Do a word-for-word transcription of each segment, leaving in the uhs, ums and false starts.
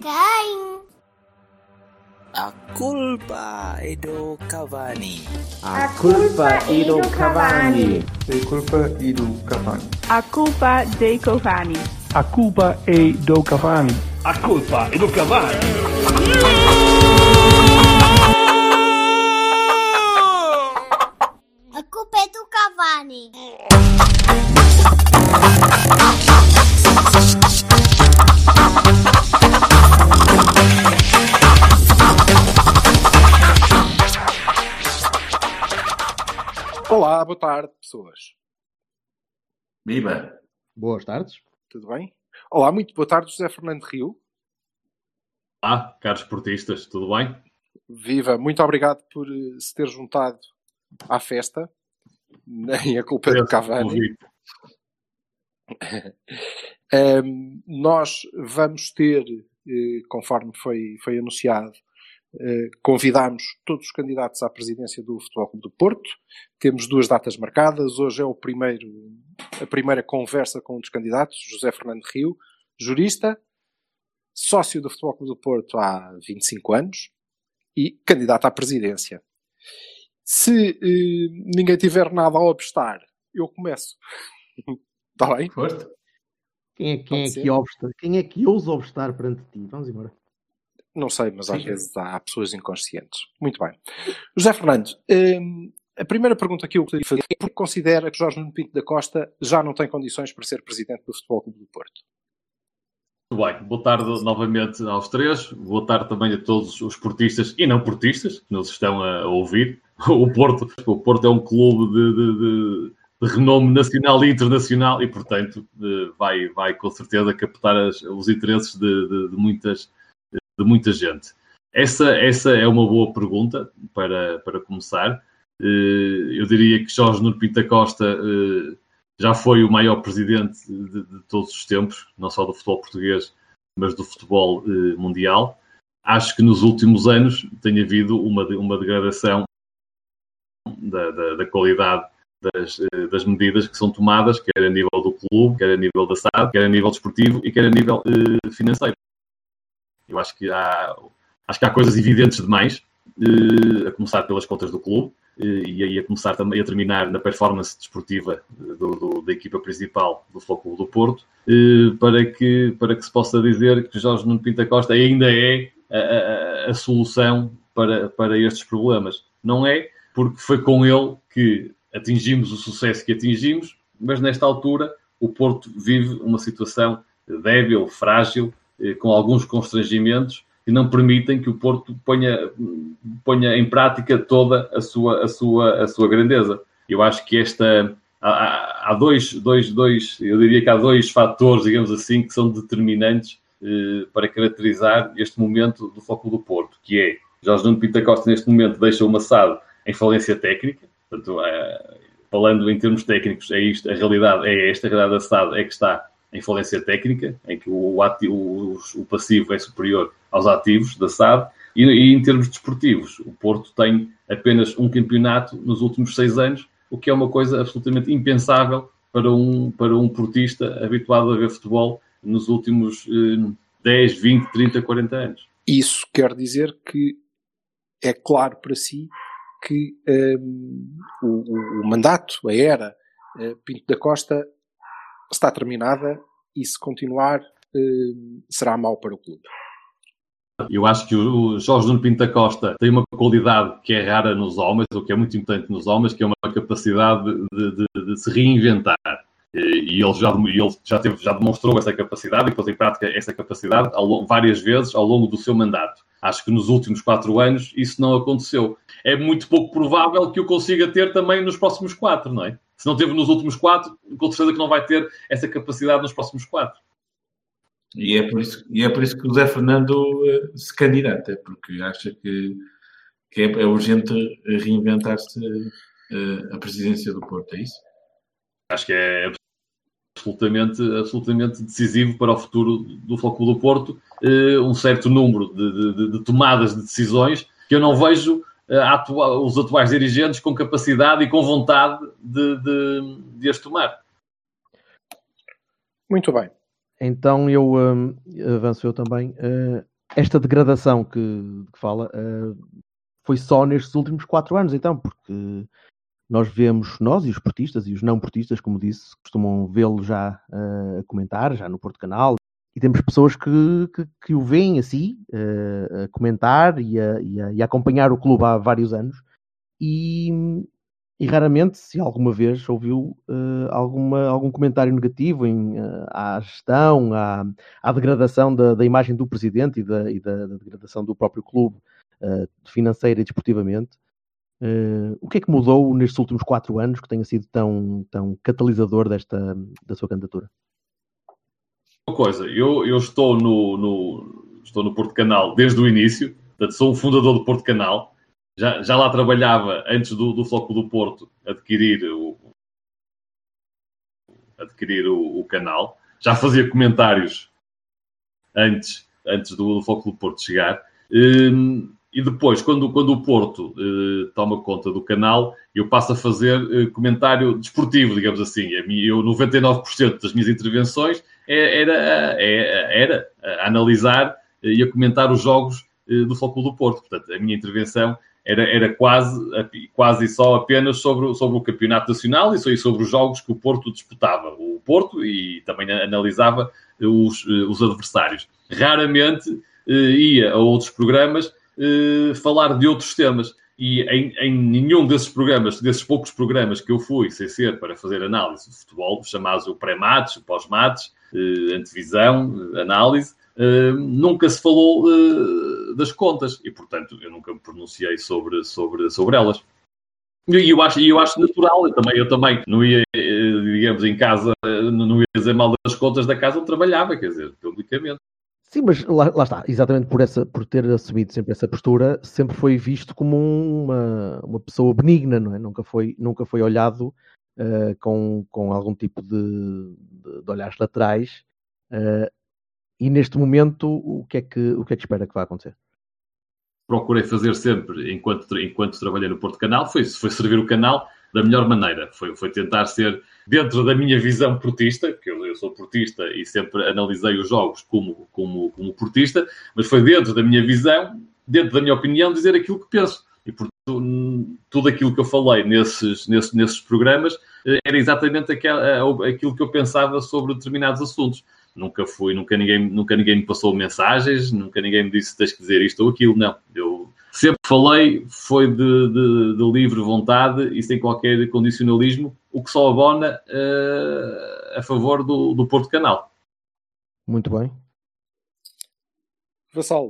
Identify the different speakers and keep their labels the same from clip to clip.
Speaker 1: Quem?
Speaker 2: A culpa é do Cavani.
Speaker 3: A culpa é do Cavani.
Speaker 4: A culpa é do Cavani.
Speaker 5: A culpa dei Cavani.
Speaker 6: A culpa é do Cavani.
Speaker 7: A culpa é do Cavani.
Speaker 1: A culpa é do Cavani.
Speaker 8: Olá, boa tarde, pessoas.
Speaker 9: Viva!
Speaker 3: Boas tardes.
Speaker 8: Tudo bem? Olá, muito boa tarde, José Fernando Rio.
Speaker 9: Olá, caros esportistas, tudo bem?
Speaker 8: Viva, muito obrigado por uh, se ter juntado à festa. Nem a culpa é do Cavani. um, nós vamos ter, uh, conforme foi, foi anunciado, Uh, convidámos todos os candidatos à presidência do Futebol Clube do Porto. Temos duas datas marcadas. Hoje é o primeiro, a primeira conversa com um dos candidatos, José Fernando Rio, jurista, sócio do Futebol Clube do Porto há vinte e cinco anos e candidato à presidência. Se uh, ninguém tiver nada a obstar, eu começo. Está bem?
Speaker 9: Forte.
Speaker 3: Quem é, quem, é que obsta, quem é que ousa obstar perante ti? Vamos embora.
Speaker 8: Não sei, mas às Sim. vezes há pessoas inconscientes. Muito bem. José Fernando, hum, a primeira pergunta que eu gostaria de fazer é porque considera que Jorge Nuno Pinto da Costa já não tem condições para ser presidente do Futebol Clube do Porto?
Speaker 9: Muito bem. Boa tarde novamente aos três. Boa tarde também a todos os portistas e não portistas que nos estão a ouvir. O Porto, o Porto é um clube de, de, de, de renome nacional e internacional e, portanto, de, vai, vai com certeza captar as, os interesses de, de, de muitas de muita gente. Essa, essa é uma boa pergunta para, para começar. Eu diria que Jorge Nuno Pinto da Costa já foi o maior presidente de, de todos os tempos, não só do futebol português, mas do futebol mundial. Acho que nos últimos anos tem havido uma, uma degradação da, da, da qualidade das, das medidas que são tomadas, quer a nível do clube, quer a nível da S A D, quer a nível desportivo e quer a nível financeiro. Eu acho que há, acho que há coisas evidentes demais, eh, a começar pelas contas do clube eh, e aí a começar também a terminar na performance desportiva do, do, da equipa principal do Futebol Clube do Porto, eh, para, que, para que se possa dizer que Jorge Nuno Pinto da Costa ainda é a, a, a solução para, para estes problemas. Não é, porque foi com ele que atingimos o sucesso que atingimos, mas nesta altura o Porto vive uma situação débil, frágil, com alguns constrangimentos que não permitem que o Porto ponha, ponha em prática toda a sua, a sua, a sua grandeza. Eu acho que esta... Há, há dois, dois, dois, eu diria que há dois fatores, digamos assim, que são determinantes eh, para caracterizar este momento do Futebol do Porto, que é Jorge Nuno Pinto da Costa neste momento deixa o S A D em falência técnica, portanto, eh, falando em termos técnicos, é isto, a realidade é esta, a realidade da S A D é que está em falência técnica, em que o, ativo, o, o passivo é superior aos ativos da S A D, e, e em termos desportivos, o Porto tem apenas um campeonato nos últimos seis anos, o que é uma coisa absolutamente impensável para um, para um portista habituado a ver futebol nos últimos eh, dez, vinte, trinta, quarenta anos.
Speaker 8: Isso quer dizer que é claro para si que um, o, o mandato, a era uh, Pinto da Costa está terminada e se continuar eh, será mau para o clube.
Speaker 9: Eu acho que o Jorge Nuno Pinto da Costa tem uma qualidade que é rara nos homens, ou que é muito importante nos homens, que é uma capacidade de, de, de se reinventar. E ele, já, ele já, teve, já demonstrou essa capacidade e pôs em prática essa capacidade ao, várias vezes ao longo do seu mandato. Acho que nos últimos quatro anos isso não aconteceu. É muito pouco provável que o consiga ter também nos próximos quatro, não é? Se não teve nos últimos quatro, com certeza que não vai ter essa capacidade nos próximos quatro.
Speaker 10: E é por isso, e é por isso que o Zé Fernando uh, se candidata, porque acha que, que é, é urgente reinventar-se uh, a presidência do Porto, é isso?
Speaker 9: Acho que é absolutamente, absolutamente decisivo para o futuro do Futebol Clube do Porto uh, um certo número de, de, de tomadas de decisões que eu não vejo Atua, os atuais dirigentes com capacidade e com vontade de, de, de as tomar.
Speaker 8: Muito bem.
Speaker 3: Então eu um, avanço eu também. Uh, esta degradação que, que fala uh, foi só nestes últimos quatro anos, então, porque nós vemos, nós e os portistas e os não portistas, como disse, costumam vê-lo já uh, a comentar, já no Porto Canal, e temos pessoas que, que, que o veem assim, uh, a comentar e a, e, a, e a acompanhar o clube há vários anos, e, e raramente, se alguma vez ouviu uh, alguma, algum comentário negativo em, uh, à gestão, à, à degradação da, da imagem do presidente e da, e da, da degradação do próprio clube, uh, financeira e desportivamente. Uh, o que é que mudou nestes últimos quatro anos que tenha sido tão, tão catalisador desta, da sua candidatura?
Speaker 9: Uma coisa, eu, eu estou, no, no, estou no Porto Canal desde o início, portanto, sou o fundador do Porto Canal. Já, já lá trabalhava antes do, do Floco do Porto adquirir o, adquirir o, o canal. Já fazia comentários antes, antes do, do Floco do Porto chegar. Um, e depois, quando, quando o Porto uh, toma conta do canal, eu passo a fazer uh, comentário desportivo, digamos assim. Eu, noventa e nove por cento das minhas intervenções era, era, era a analisar e a comentar os jogos uh, do Floco do Porto. Portanto, a minha intervenção Era, era quase, quase só apenas sobre, sobre o campeonato nacional e sobre os jogos que o Porto disputava. O Porto e também analisava os, os adversários. Raramente eh, ia a outros programas eh, falar de outros temas. E em, em nenhum desses programas, desses poucos programas que eu fui, sem ser para fazer análise de futebol, chamados o pré-match, o pós-match, eh, antevisão, análise, Uh, nunca se falou uh, das contas e, portanto, eu nunca me pronunciei sobre, sobre, sobre elas. E eu acho, eu acho natural, eu também, eu também não ia, digamos, em casa, não ia dizer mal das contas da casa onde trabalhava, quer dizer, publicamente.
Speaker 3: Sim, mas lá, lá está, exatamente por, essa, por ter assumido sempre essa postura, sempre foi visto como uma, uma pessoa benigna, não é? Nunca foi, nunca foi olhado uh, com, com algum tipo de, de, de olhares laterais. Uh, E neste momento, o que é que, o que é que espera que vai acontecer?
Speaker 9: Procurei fazer sempre, enquanto, enquanto trabalhei no Porto Canal, foi, foi servir o canal da melhor maneira. Foi, foi tentar ser, dentro da minha visão portista, que eu, eu sou portista e sempre analisei os jogos como, como, como portista, mas foi dentro da minha visão, dentro da minha opinião, dizer aquilo que penso. E, portanto, tudo aquilo que eu falei nesses, nesses, nesses programas era exatamente aquela, aquilo que eu pensava sobre determinados assuntos. Nunca fui, nunca ninguém, nunca ninguém me passou mensagens, nunca ninguém me disse tens que dizer isto ou aquilo, não. Eu sempre falei, foi de, de, de livre vontade e sem qualquer condicionalismo, o que só abona uh, a favor do, do Porto Canal.
Speaker 3: Muito bem.
Speaker 8: Vassalo.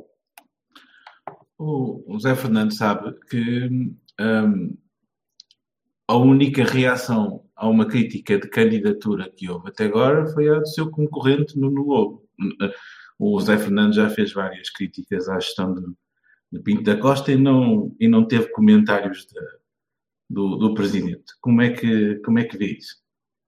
Speaker 10: O, o Zé Fernando sabe que um, a única reação a uma crítica de candidatura que houve até agora foi a do seu concorrente Nuno Lobo. O Zé Fernando já fez várias críticas à gestão de, de Pinto da Costa e não, e não teve comentários de, do, do presidente. Como é que, como é que vê isso?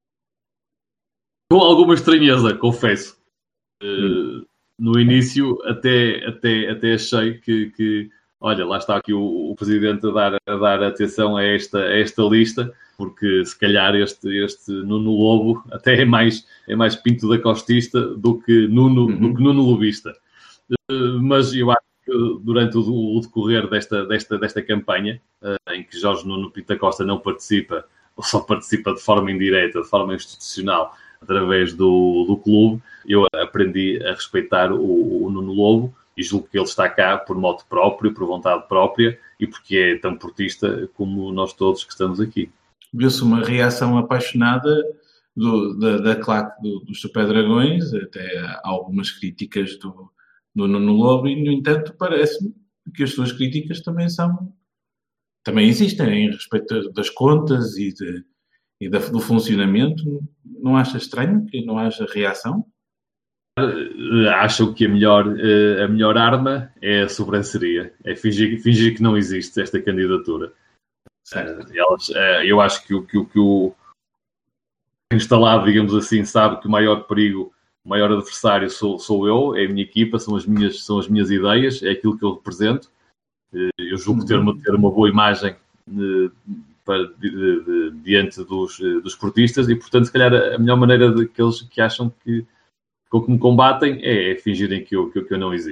Speaker 9: Com alguma estranheza, confesso. Uh, no início até, até, até achei que, que olha, lá está aqui o, o presidente a dar, a dar atenção a esta, a esta lista, porque se calhar este, este Nuno Lobo até é mais, é mais Pinto da Costista do que Nuno, uhum. do que Nuno Lobista. Uh, mas eu acho que durante o, o decorrer desta, desta, desta campanha, uh, em que Jorge Nuno Pinto da Costa não participa, ou só participa de forma indireta, de forma institucional, através do, do clube, eu aprendi a respeitar o, o Nuno Lobo e julgo que ele está cá por modo próprio, por vontade própria e porque é tão portista como nós todos que estamos aqui.
Speaker 10: Viu-se uma reação apaixonada do, da, da claque do, dos Super Dragões, até há algumas críticas do, do Nuno Lobo, e, no entanto, parece-me que as suas críticas também são, também existem em respeito das contas e, de, e da, do funcionamento. Não acha estranho que não haja reação?
Speaker 9: Acham que a melhor, a melhor arma é a sobranceria, é fingir, fingir que não existe esta candidatura. Elas, eu acho que o, que, que o instalado, digamos assim, sabe que o maior perigo, o maior adversário sou, sou eu, é a minha equipa, são as minhas, são as minhas ideias, é aquilo que eu represento. Eu julgo ter uma, ter uma boa imagem de, de, de, de, diante dos, dos esportistas e, portanto, se calhar a melhor maneira daqueles que acham que, que me combatem é, é fingirem que eu, que, eu, que eu não existo.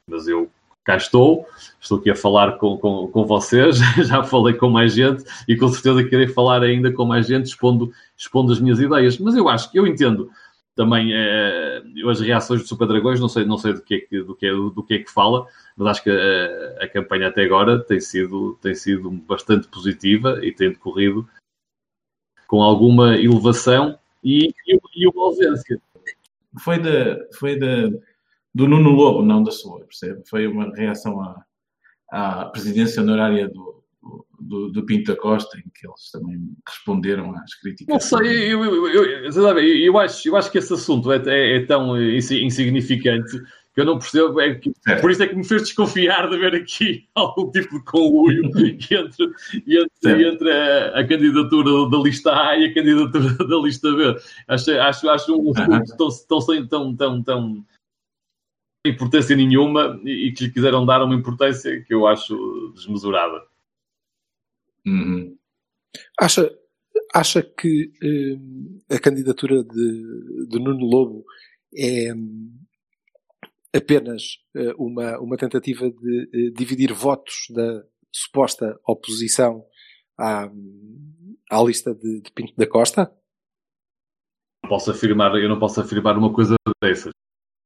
Speaker 9: Mas eu cá estou, estou aqui a falar com, com, com vocês, já falei com mais gente e com certeza querei falar ainda com mais gente, expondo, expondo as minhas ideias. Mas eu acho que eu entendo também eh, as reações do Super Dragões, não sei, não sei do, que é que, do, que é, do que é que fala, mas acho que a, a campanha até agora tem sido, tem sido bastante positiva e tem decorrido com alguma elevação e, e, e uma ausência.
Speaker 10: Foi, de, foi de, do Nuno Lobo, não da sua, percebe? Foi uma reação à, à presidência honorária do, do, do Pinto da Costa, em que eles também responderam às críticas.
Speaker 9: Não sei, eu, eu, eu, eu, eu, acho, eu acho que esse assunto é, é, é tão insignificante que eu não percebo, é que, por isso é que me fez desconfiar de haver aqui algum tipo de conluio entre, entre, entre a, a candidatura da lista A e a candidatura da lista B. Acho, acho, acho um assunto uhum. tão, tão, sem tão, tão, tão importância nenhuma e, e que lhe quiseram dar uma importância que eu acho desmesurada.
Speaker 10: Uhum.
Speaker 8: Acha, acha que hum, a candidatura de, de Nuno Lobo é hum, apenas uh, uma, uma tentativa de uh, dividir votos da suposta oposição à, à lista de, de Pinto da Costa?
Speaker 9: Não posso afirmar, eu não posso afirmar uma coisa dessas.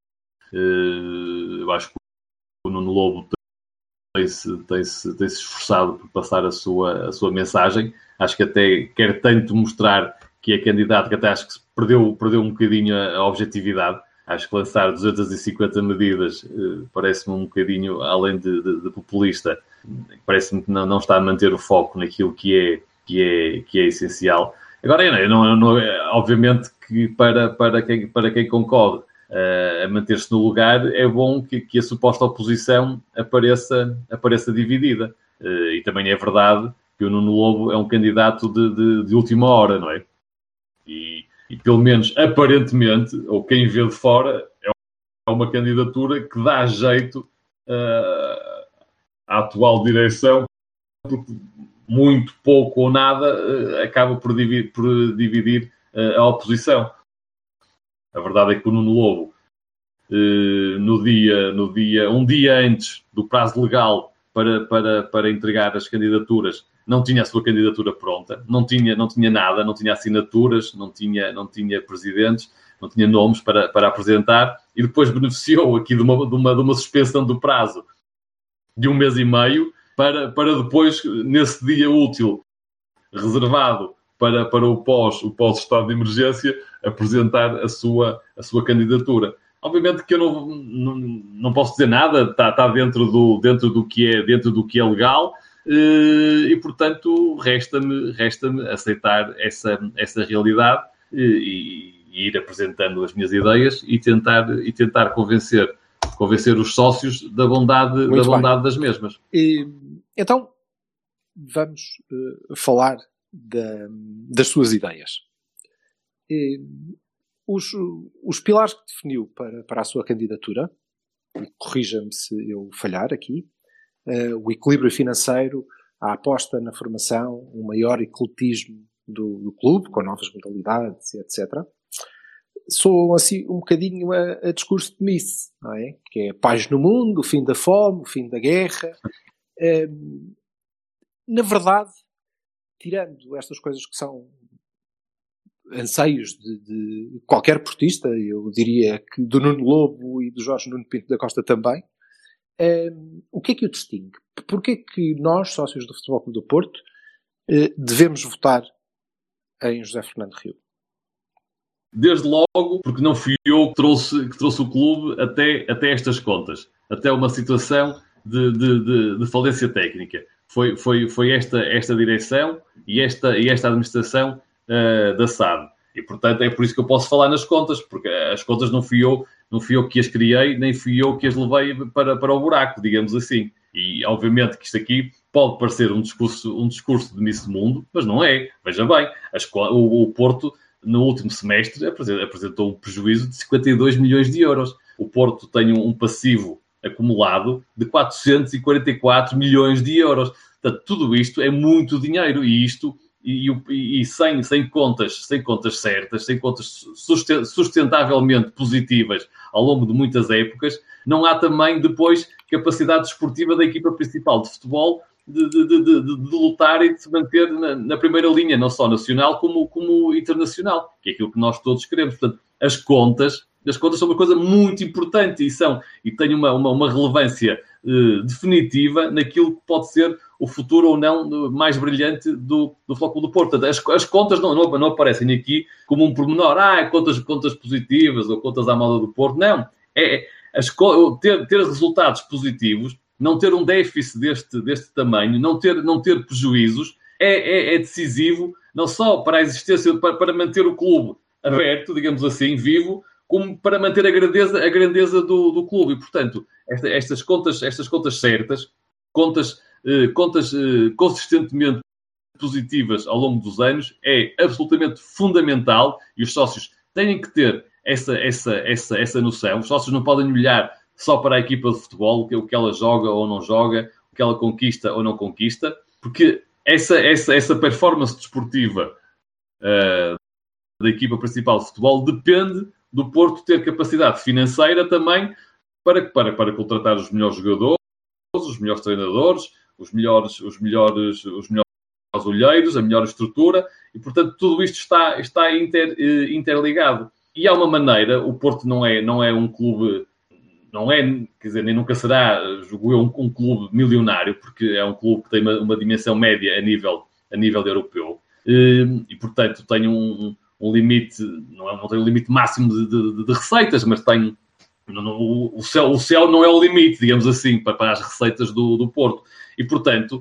Speaker 9: Uh, eu acho que o Nuno Lobo tem-se, tem-se, tem-se esforçado por passar a sua, a sua mensagem. Acho que até quer tanto mostrar que é candidato que até acho que se perdeu, perdeu um bocadinho a, a objetividade. Acho que lançar duzentas e cinquenta medidas uh, parece-me um bocadinho, além de, de, de populista, parece-me que não, não está a manter o foco naquilo que é, que é, que é essencial. Agora, eu não, eu não, obviamente que para, para, quem, para quem concorre uh, a manter-se no lugar, é bom que, que a suposta oposição apareça, apareça dividida. Uh, e também é verdade que o Nuno Lobo é um candidato de, de, de última hora, não é? E... E, pelo menos, aparentemente, ou quem vê de fora, é uma candidatura que dá jeito uh, à atual direção, porque muito pouco ou nada uh, acaba por dividir, por dividir uh, a oposição. A verdade é que o Nuno Lobo, uh, no dia, no dia, um dia antes do prazo legal para, para, para entregar as candidaturas, não tinha a sua candidatura pronta, não tinha, não tinha nada, não tinha assinaturas, não tinha, não tinha presidentes, não tinha nomes para, para apresentar, e depois beneficiou aqui de uma, de, uma, de uma suspensão do prazo de um mês e meio para, para depois, nesse dia útil reservado para, para o pós, o pós-estado de emergência, apresentar a sua, a sua candidatura. Obviamente que eu não, não, não posso dizer nada, está, está dentro, do, dentro, do que é, dentro do que é legal, e, portanto, resta-me, resta-me aceitar essa, essa realidade e, e ir apresentando as minhas ideias e tentar, e tentar convencer, convencer os sócios da bondade, da bondade das mesmas.
Speaker 8: E, então, vamos uh, falar da, das suas ideias. E, os, os pilares que definiu para, para a sua candidatura, e corrija-me se eu falhar aqui, Uh, o equilíbrio financeiro, a aposta na formação, um maior ecletismo do, do clube, com novas modalidades, etcétera. Soam assim um bocadinho a, a discurso de Miss, não é? Que é paz no mundo, o fim da fome, o fim da guerra. Uh, na verdade, tirando estas coisas que são anseios de, de qualquer portista, eu diria que do Nuno Lobo e do Jorge Nuno Pinto da Costa também, Um, o que é que o distingue? Porquê é que nós, sócios do Futebol Clube do Porto, uh, devemos votar em José Fernando Rio?
Speaker 9: Desde logo, porque não fui eu que trouxe, que trouxe o clube até, até estas contas, até uma situação de, de, de, de falência técnica. Foi, foi, foi esta, esta direção e esta, e esta administração uh, da S A D. E, portanto, é por isso que eu posso falar nas contas, porque as contas não fui eu, não fui eu que as criei, nem fui eu que as levei para, para o buraco, digamos assim. E, obviamente, que isto aqui pode parecer um discurso, um discurso de Miss Mundo, mas não é. Veja bem, a escola, o, o Porto, no último semestre, apresentou um prejuízo de cinquenta e dois milhões de euros. O Porto tem um, um passivo acumulado de quatrocentos e quarenta e quatro milhões de euros. Portanto, tudo isto é muito dinheiro e isto... e, e, e sem, sem, contas, sem contas certas, sem contas sustentavelmente positivas ao longo de muitas épocas, não há também depois capacidade desportiva da equipa principal de futebol de, de, de, de, de lutar e de se manter na, na primeira linha, não só nacional como, como internacional, que é aquilo que nós todos queremos. Portanto, as contas, as contas são uma coisa muito importante e, são, e têm uma, uma, uma relevância uh, definitiva naquilo que pode ser o futuro ou não mais brilhante do, do Futebol Clube do Porto. Portanto, as, as contas não, não, não aparecem aqui como um pormenor, ah, contas, contas positivas ou contas à moda do Porto. Não, é, as, ter, ter resultados positivos, não ter um déficit deste, deste tamanho, não ter, não ter prejuízos, é, é, é decisivo, não só para a existência, para, para manter o clube aberto, digamos assim, vivo, como para manter a grandeza, a grandeza do, do clube. E, portanto, esta, estas, contas, estas contas certas, contas, eh, contas eh, consistentemente positivas ao longo dos anos, é absolutamente fundamental e os sócios têm que ter essa, essa, essa, essa noção. Os sócios não podem olhar só para a equipa de futebol, o que ela joga ou não joga, o que ela conquista ou não conquista, porque essa, essa, essa performance desportiva uh, da equipa principal de futebol depende do Porto ter capacidade financeira também para, para, para contratar os melhores jogadores, os melhores treinadores, os melhores, os melhores, os melhores olheiros, a melhor estrutura, e, portanto, tudo isto está, está inter, interligado. E há uma maneira, o Porto não é, não é um clube... Não é, quer dizer, nem nunca será, julgo eu, um, um clube milionário, porque é um clube que tem uma, uma dimensão média a nível, a nível europeu. E, e portanto, tem um, um limite, não, é, não tem um limite máximo de, de, de receitas, mas tem... No, o, céu, o céu não é o limite, digamos assim, para, para as receitas do, do Porto. E, portanto,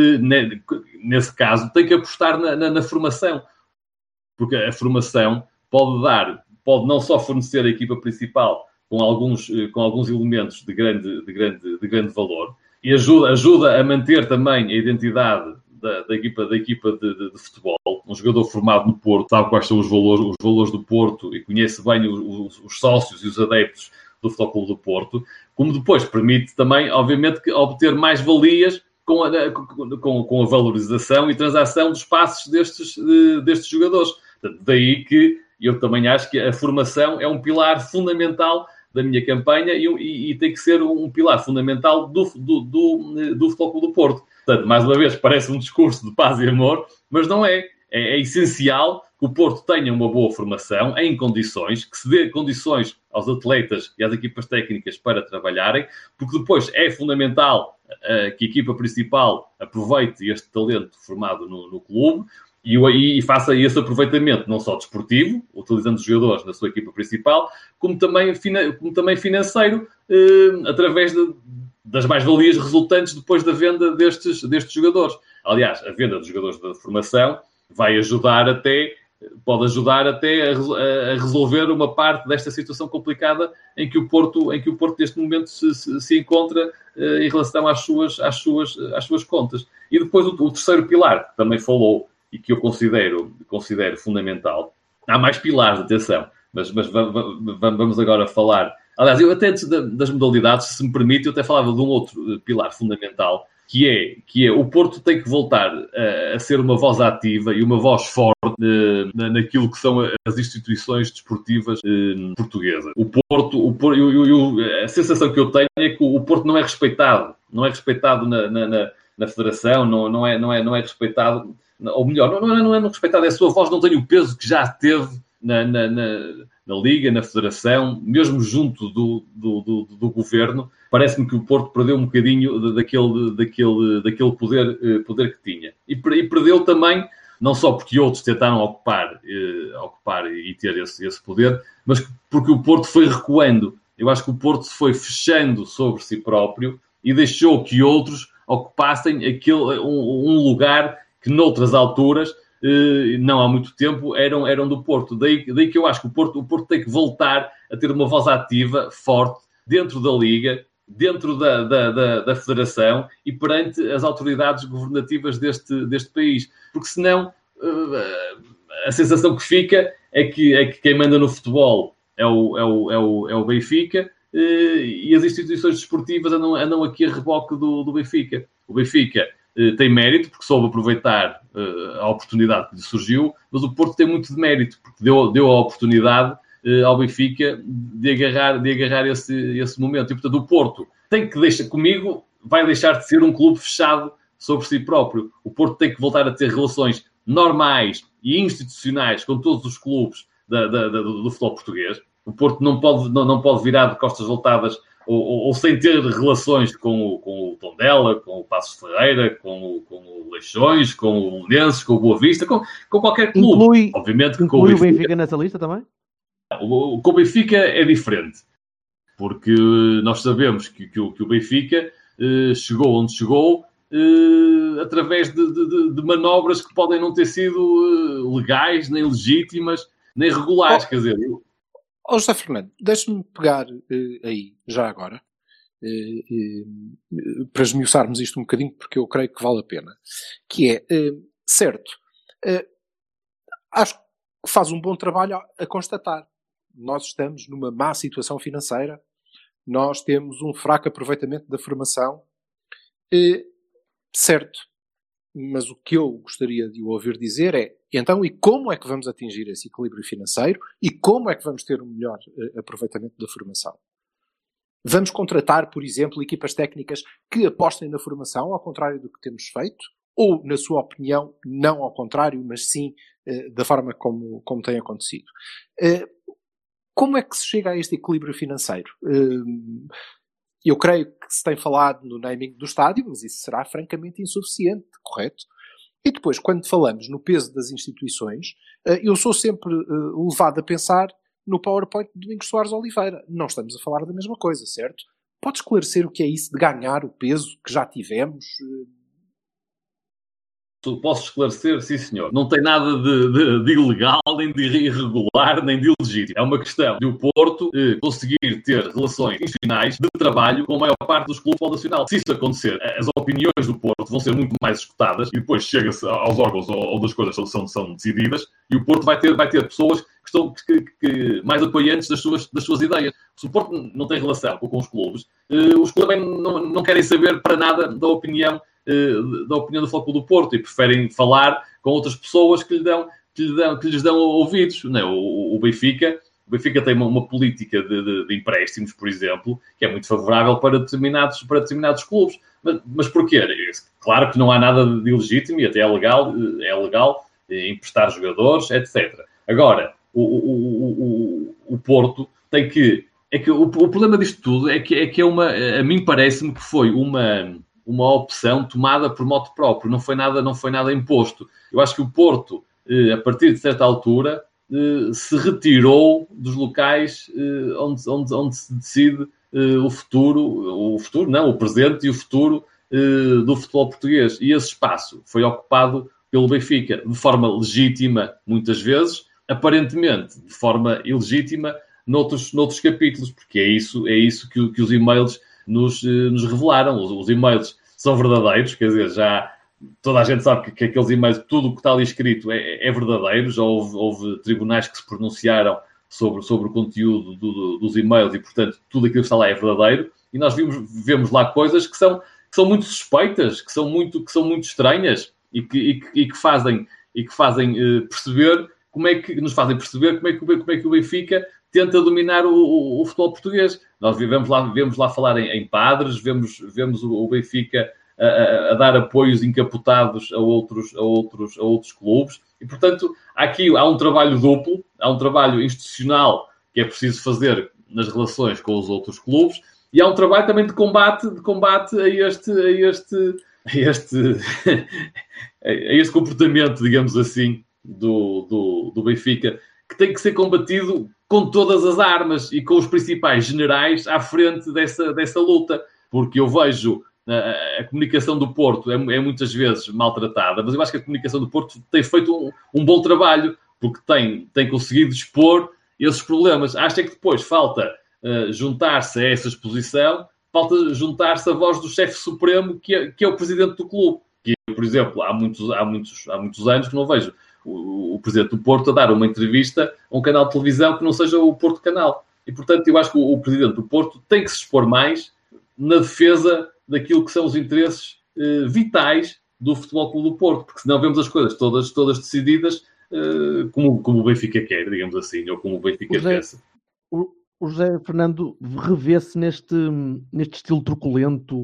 Speaker 9: ne, nesse caso, tem que apostar na, na, na formação. Porque a formação pode dar, pode não só fornecer a equipa principal com alguns, com alguns elementos de grande, de grande, de grande valor, e ajuda, ajuda a manter também a identidade da, da equipa, da equipa de, de, de futebol. Um jogador formado no Porto sabe quais são os valores, os valores do Porto e conhece bem os, os sócios e os adeptos do Futebol Clube do Porto, como depois permite também, obviamente, que obter mais valias com a, com, com a valorização e transação dos passos destes, de, destes jogadores. Portanto, daí que eu também acho que a formação é um pilar fundamental da minha campanha e, e, e tem que ser um pilar fundamental do, do, do, do Futebol Clube do Porto. Portanto, mais uma vez, parece um discurso de paz e amor, mas não é. É, é essencial que o Porto tenha uma boa formação, em condições, que se dê condições aos atletas e às equipas técnicas para trabalharem, porque depois é fundamental uh, que a equipa principal aproveite este talento formado no, no clube, E, e faça esse aproveitamento, não só desportivo, utilizando os jogadores na sua equipa principal, como também, como também financeiro, eh, através de, das mais-valias resultantes depois da venda destes, destes jogadores. Aliás, a venda dos jogadores da formação vai ajudar até, pode ajudar até a, a resolver uma parte desta situação complicada em que o Porto, em que o Porto neste momento se, se, se encontra eh, em relação às suas, às suas, às suas contas. E depois o, o terceiro pilar, que também falou, e que eu considero, considero fundamental. Há mais pilares, atenção, mas, mas vamos agora falar... Aliás, eu até antes das modalidades, se me permite, eu até falava de um outro pilar fundamental, que é, que é o Porto tem que voltar a, a ser uma voz ativa e uma voz forte eh, naquilo que são as instituições desportivas eh, portuguesas. O Porto, o Porto eu, eu, eu, a sensação que eu tenho é que o Porto não é respeitado, não é respeitado na, na, na, na federação, não, não, é, não, é, não é respeitado... Ou melhor, não, não, é, não é respeitado, é a sua voz não tem o peso que já teve na, na, na, na Liga, na Federação, mesmo junto do, do, do, do Governo. Parece-me que o Porto perdeu um bocadinho daquele, daquele, daquele poder, poder que tinha. E, e perdeu também, não só porque outros tentaram ocupar, eh, ocupar e ter esse, esse poder, mas porque o Porto foi recuando. Eu acho que o Porto se foi fechando sobre si próprio e deixou que outros ocupassem aquele, um, um lugar que noutras alturas, eh, não há muito tempo, eram, eram do Porto. Daí, daí que eu acho que o Porto, o Porto tem que voltar a ter uma voz ativa, forte, dentro da Liga, dentro da, da, da, da Federação e perante as autoridades governativas deste, deste país. Porque senão, eh, a sensação que fica é que, é que quem manda no futebol é o, é o, é o, é o Benfica eh, e as instituições desportivas andam, andam aqui a reboque do, do Benfica. O Benfica eh, tem mérito, porque soube aproveitar eh, a oportunidade que lhe surgiu, mas o Porto tem muito de mérito, porque deu, deu a oportunidade eh, ao Benfica de agarrar, de agarrar esse, esse momento. E, portanto, o Porto tem que deixar, comigo, vai deixar de ser um clube fechado sobre si próprio. O Porto tem que voltar a ter relações normais e institucionais com todos os clubes da, da, da, do, do futebol português. O Porto não pode, não, não pode virar de costas voltadas ou, ou, ou sem ter relações com o, com o Tondela, com o Passos de Ferreira, com o, com o Leixões, com o Lenses, com o Boa Vista, com, com qualquer clube.
Speaker 3: Inclui,
Speaker 9: Obviamente que
Speaker 3: inclui
Speaker 9: com o Benfica,
Speaker 3: o Benfica nessa lista também?
Speaker 9: O, o, com o Benfica é diferente, porque nós sabemos que, que, o, que o Benfica eh, chegou onde chegou eh, através de, de, de manobras que podem não ter sido eh, legais, nem legítimas, nem regulares, oh, quer dizer...
Speaker 8: Ó oh, José Fernando, deixe-me pegar eh, aí, já agora, eh, eh, para esmiuçarmos isto um bocadinho, porque eu creio que vale a pena, que é, eh, certo, eh, acho que faz um bom trabalho a, a constatar. Nós estamos numa má situação financeira, nós temos um fraco aproveitamento da formação, eh, certo, mas o que eu gostaria de o ouvir dizer é, então, e como é que vamos atingir esse equilíbrio financeiro e como é que vamos ter um melhor uh, aproveitamento da formação? Vamos contratar, por exemplo, equipas técnicas que apostem na formação, ao contrário do que temos feito? Ou, na sua opinião, não ao contrário, mas sim uh, da forma como, como tem acontecido? Uh, como é que se chega a este equilíbrio financeiro? Uh, eu creio que se tem falado no naming do estádio, mas isso será francamente insuficiente, correto? E depois, quando falamos no peso das instituições, eu sou sempre levado a pensar no PowerPoint de Domingos Soares Oliveira. Não estamos a falar da mesma coisa, certo? Pode esclarecer o que é isso de ganhar o peso que já tivemos?
Speaker 9: Posso esclarecer? Sim, senhor. Não tem nada de, de, de ilegal, nem de irregular, nem de ilegítimo. É uma questão de o Porto eh, conseguir ter relações institucionais de trabalho com a maior parte dos clubes nacional. Se isso acontecer, as opiniões do Porto vão ser muito mais escutadas e depois chega-se aos órgãos onde as coisas são, são decididas e o Porto vai ter, vai ter pessoas que estão que, que, mais apoiantes das suas, das suas ideias. Se o Porto não tem relação com, com os clubes, eh, os clubes não, não querem saber para nada da opinião da opinião do Futebol do Porto e preferem falar com outras pessoas que, lhe dão, que, lhe dão, que lhes dão ouvidos. Não, o, o, Benfica, o Benfica tem uma, uma política de, de, de empréstimos, por exemplo, que é muito favorável para determinados, para determinados clubes. Mas, mas porquê? Claro que não há nada de ilegítimo e até é legal, é legal emprestar jogadores, etcétera. Agora, o, o, o, o Porto tem que... É que o, o problema disto tudo é que é, que é uma... A mim parece-me que foi uma... uma opção tomada por moto próprio, não foi nada, não foi nada imposto. Eu acho que o Porto, a partir de certa altura, se retirou dos locais onde, onde, onde se decide o futuro, o futuro, não, o presente e o futuro do futebol português. E esse espaço foi ocupado pelo Benfica, de forma legítima, muitas vezes, aparentemente, de forma ilegítima, noutros, noutros capítulos, porque é isso, é isso que, que os e-mails nos, nos revelaram. Os, os e-mails são verdadeiros, quer dizer, já toda a gente sabe que, que aqueles e-mails, tudo o que está ali escrito é, é verdadeiro, já houve, houve tribunais que se pronunciaram sobre, sobre o conteúdo do, do, dos e-mails e, portanto, tudo aquilo que está lá é verdadeiro, e nós vimos, vemos lá coisas que são, que são muito suspeitas, que são muito, que são muito estranhas e que, e que, e que fazem, e que fazem uh, perceber como é que, nos fazem perceber como é que, como é que o Benfica tenta dominar o, o, o futebol português. Nós vemos lá, vemos lá falar em, em padres, vemos, vemos o, o Benfica a, a, a dar apoios encapotados a outros, a, outros, a outros clubes. E, portanto, aqui há um trabalho duplo, há um trabalho institucional que é preciso fazer nas relações com os outros clubes e há um trabalho também de combate, de combate a este, a este, a este, a este comportamento, digamos assim, do, do, do Benfica, que tem que ser combatido com todas as armas e com os principais generais à frente dessa, dessa luta. Porque eu vejo a, a comunicação do Porto é, é muitas vezes maltratada, mas eu acho que a comunicação do Porto tem feito um, um bom trabalho, porque tem, tem conseguido expor esses problemas. Acho que depois falta uh, juntar-se a essa exposição, falta juntar-se a voz do chefe supremo, que é, que é o presidente do clube. Que, por exemplo, há muitos, há muitos, há muitos anos que não vejo o, o presidente do Porto a dar uma entrevista a um canal de televisão que não seja o Porto Canal. E, portanto, eu acho que o, o presidente do Porto tem que se expor mais na defesa daquilo que são os interesses eh, vitais do Futebol Clube do Porto, porque senão vemos as coisas todas, todas decididas uh, como, como o Benfica quer, digamos assim, ou como o Benfica
Speaker 3: O José,
Speaker 9: pensa.
Speaker 3: o, o José Fernando revê-se neste, neste estilo truculento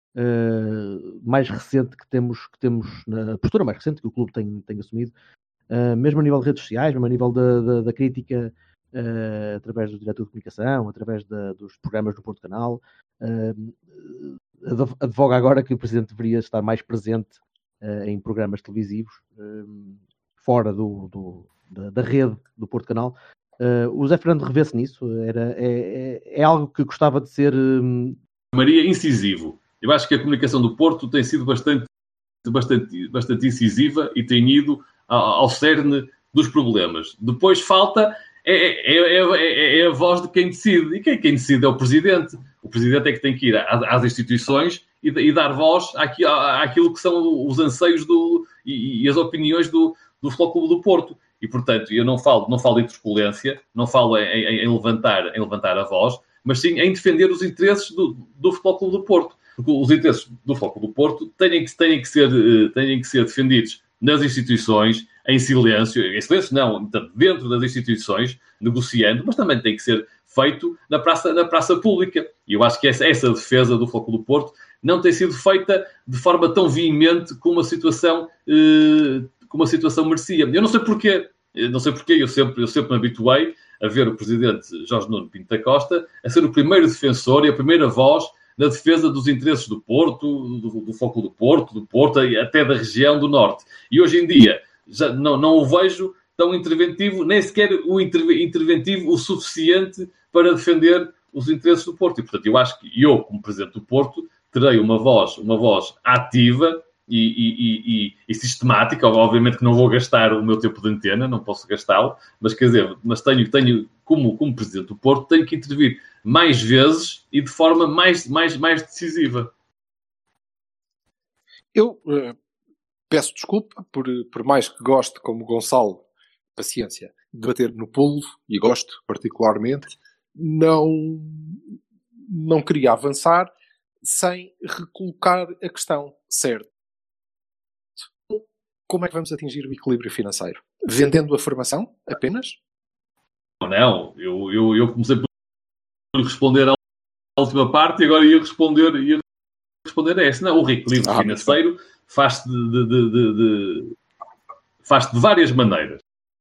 Speaker 3: uh, mais recente que temos, que temos, na postura mais recente que o clube tem, tem assumido, uh, mesmo a nível de redes sociais, mesmo a nível da, da, da crítica uh, através do diretor de comunicação, através da, dos programas do Porto Canal. Uh, advoga agora que o Presidente deveria estar mais presente uh, em programas televisivos uh, fora do, do, da, da rede do Porto Canal. Uh, o José Fernando revê-se nisso? Era, é, é, é algo que gostava de ser... Um...
Speaker 9: Maria, incisivo. Eu acho que a comunicação do Porto tem sido bastante, bastante, bastante incisiva e tem ido ao, ao cerne dos problemas. Depois falta... É, é, é, é a voz de quem decide. E quem, quem decide é o Presidente. O Presidente é que tem que ir às, às instituições e, e dar voz àqui, à, àquilo que são os anseios do, e, e as opiniões do, do Futebol Clube do Porto. E, portanto, eu não falo, não falo em truculência, não falo em, em, em, levantar, em levantar a voz, mas sim em defender os interesses do, do Futebol Clube do Porto. Porque os interesses do Futebol Clube do Porto têm que, têm que, ser, têm que ser defendidos nas instituições, em silêncio, em silêncio não, dentro das instituições, negociando, mas também tem que ser feito na praça, na praça pública. E eu acho que essa, essa defesa do Futebol Clube do Porto não tem sido feita de forma tão veemente como a situação, eh, como a situação merecia. Eu não sei porquê, eu não sei porquê, eu sempre, eu sempre me habituei a ver o Presidente Jorge Nuno Pinto da Costa a ser o primeiro defensor e a primeira voz na defesa dos interesses do Porto, do, do Futebol Clube do Porto, do Porto, até da região do Norte. E hoje em dia já não, não o vejo tão interventivo, nem sequer o interventivo o suficiente para defender os interesses do Porto. E, portanto, eu acho que eu, como Presidente do Porto, terei uma voz, uma voz ativa e, e, e, e sistemática. Obviamente que não vou gastar o meu tempo de antena, não posso gastá-lo, mas quer dizer, mas tenho, tenho como, como Presidente do Porto, tenho que intervir mais vezes e de forma mais, mais, mais decisiva.
Speaker 8: Eu uh, peço desculpa por, por mais que goste, como Gonçalo, paciência, de bater no pulo, e gosto particularmente, não, não queria avançar sem recolocar a questão, certo? Como é que vamos atingir o equilíbrio financeiro? Vendendo a formação apenas?
Speaker 9: Não, eu, eu, eu comecei por responder à última parte e agora ia responder, ia responder a essa. Não, o equilíbrio ah, financeiro faz-se de, de, de, de, de, faz de várias maneiras.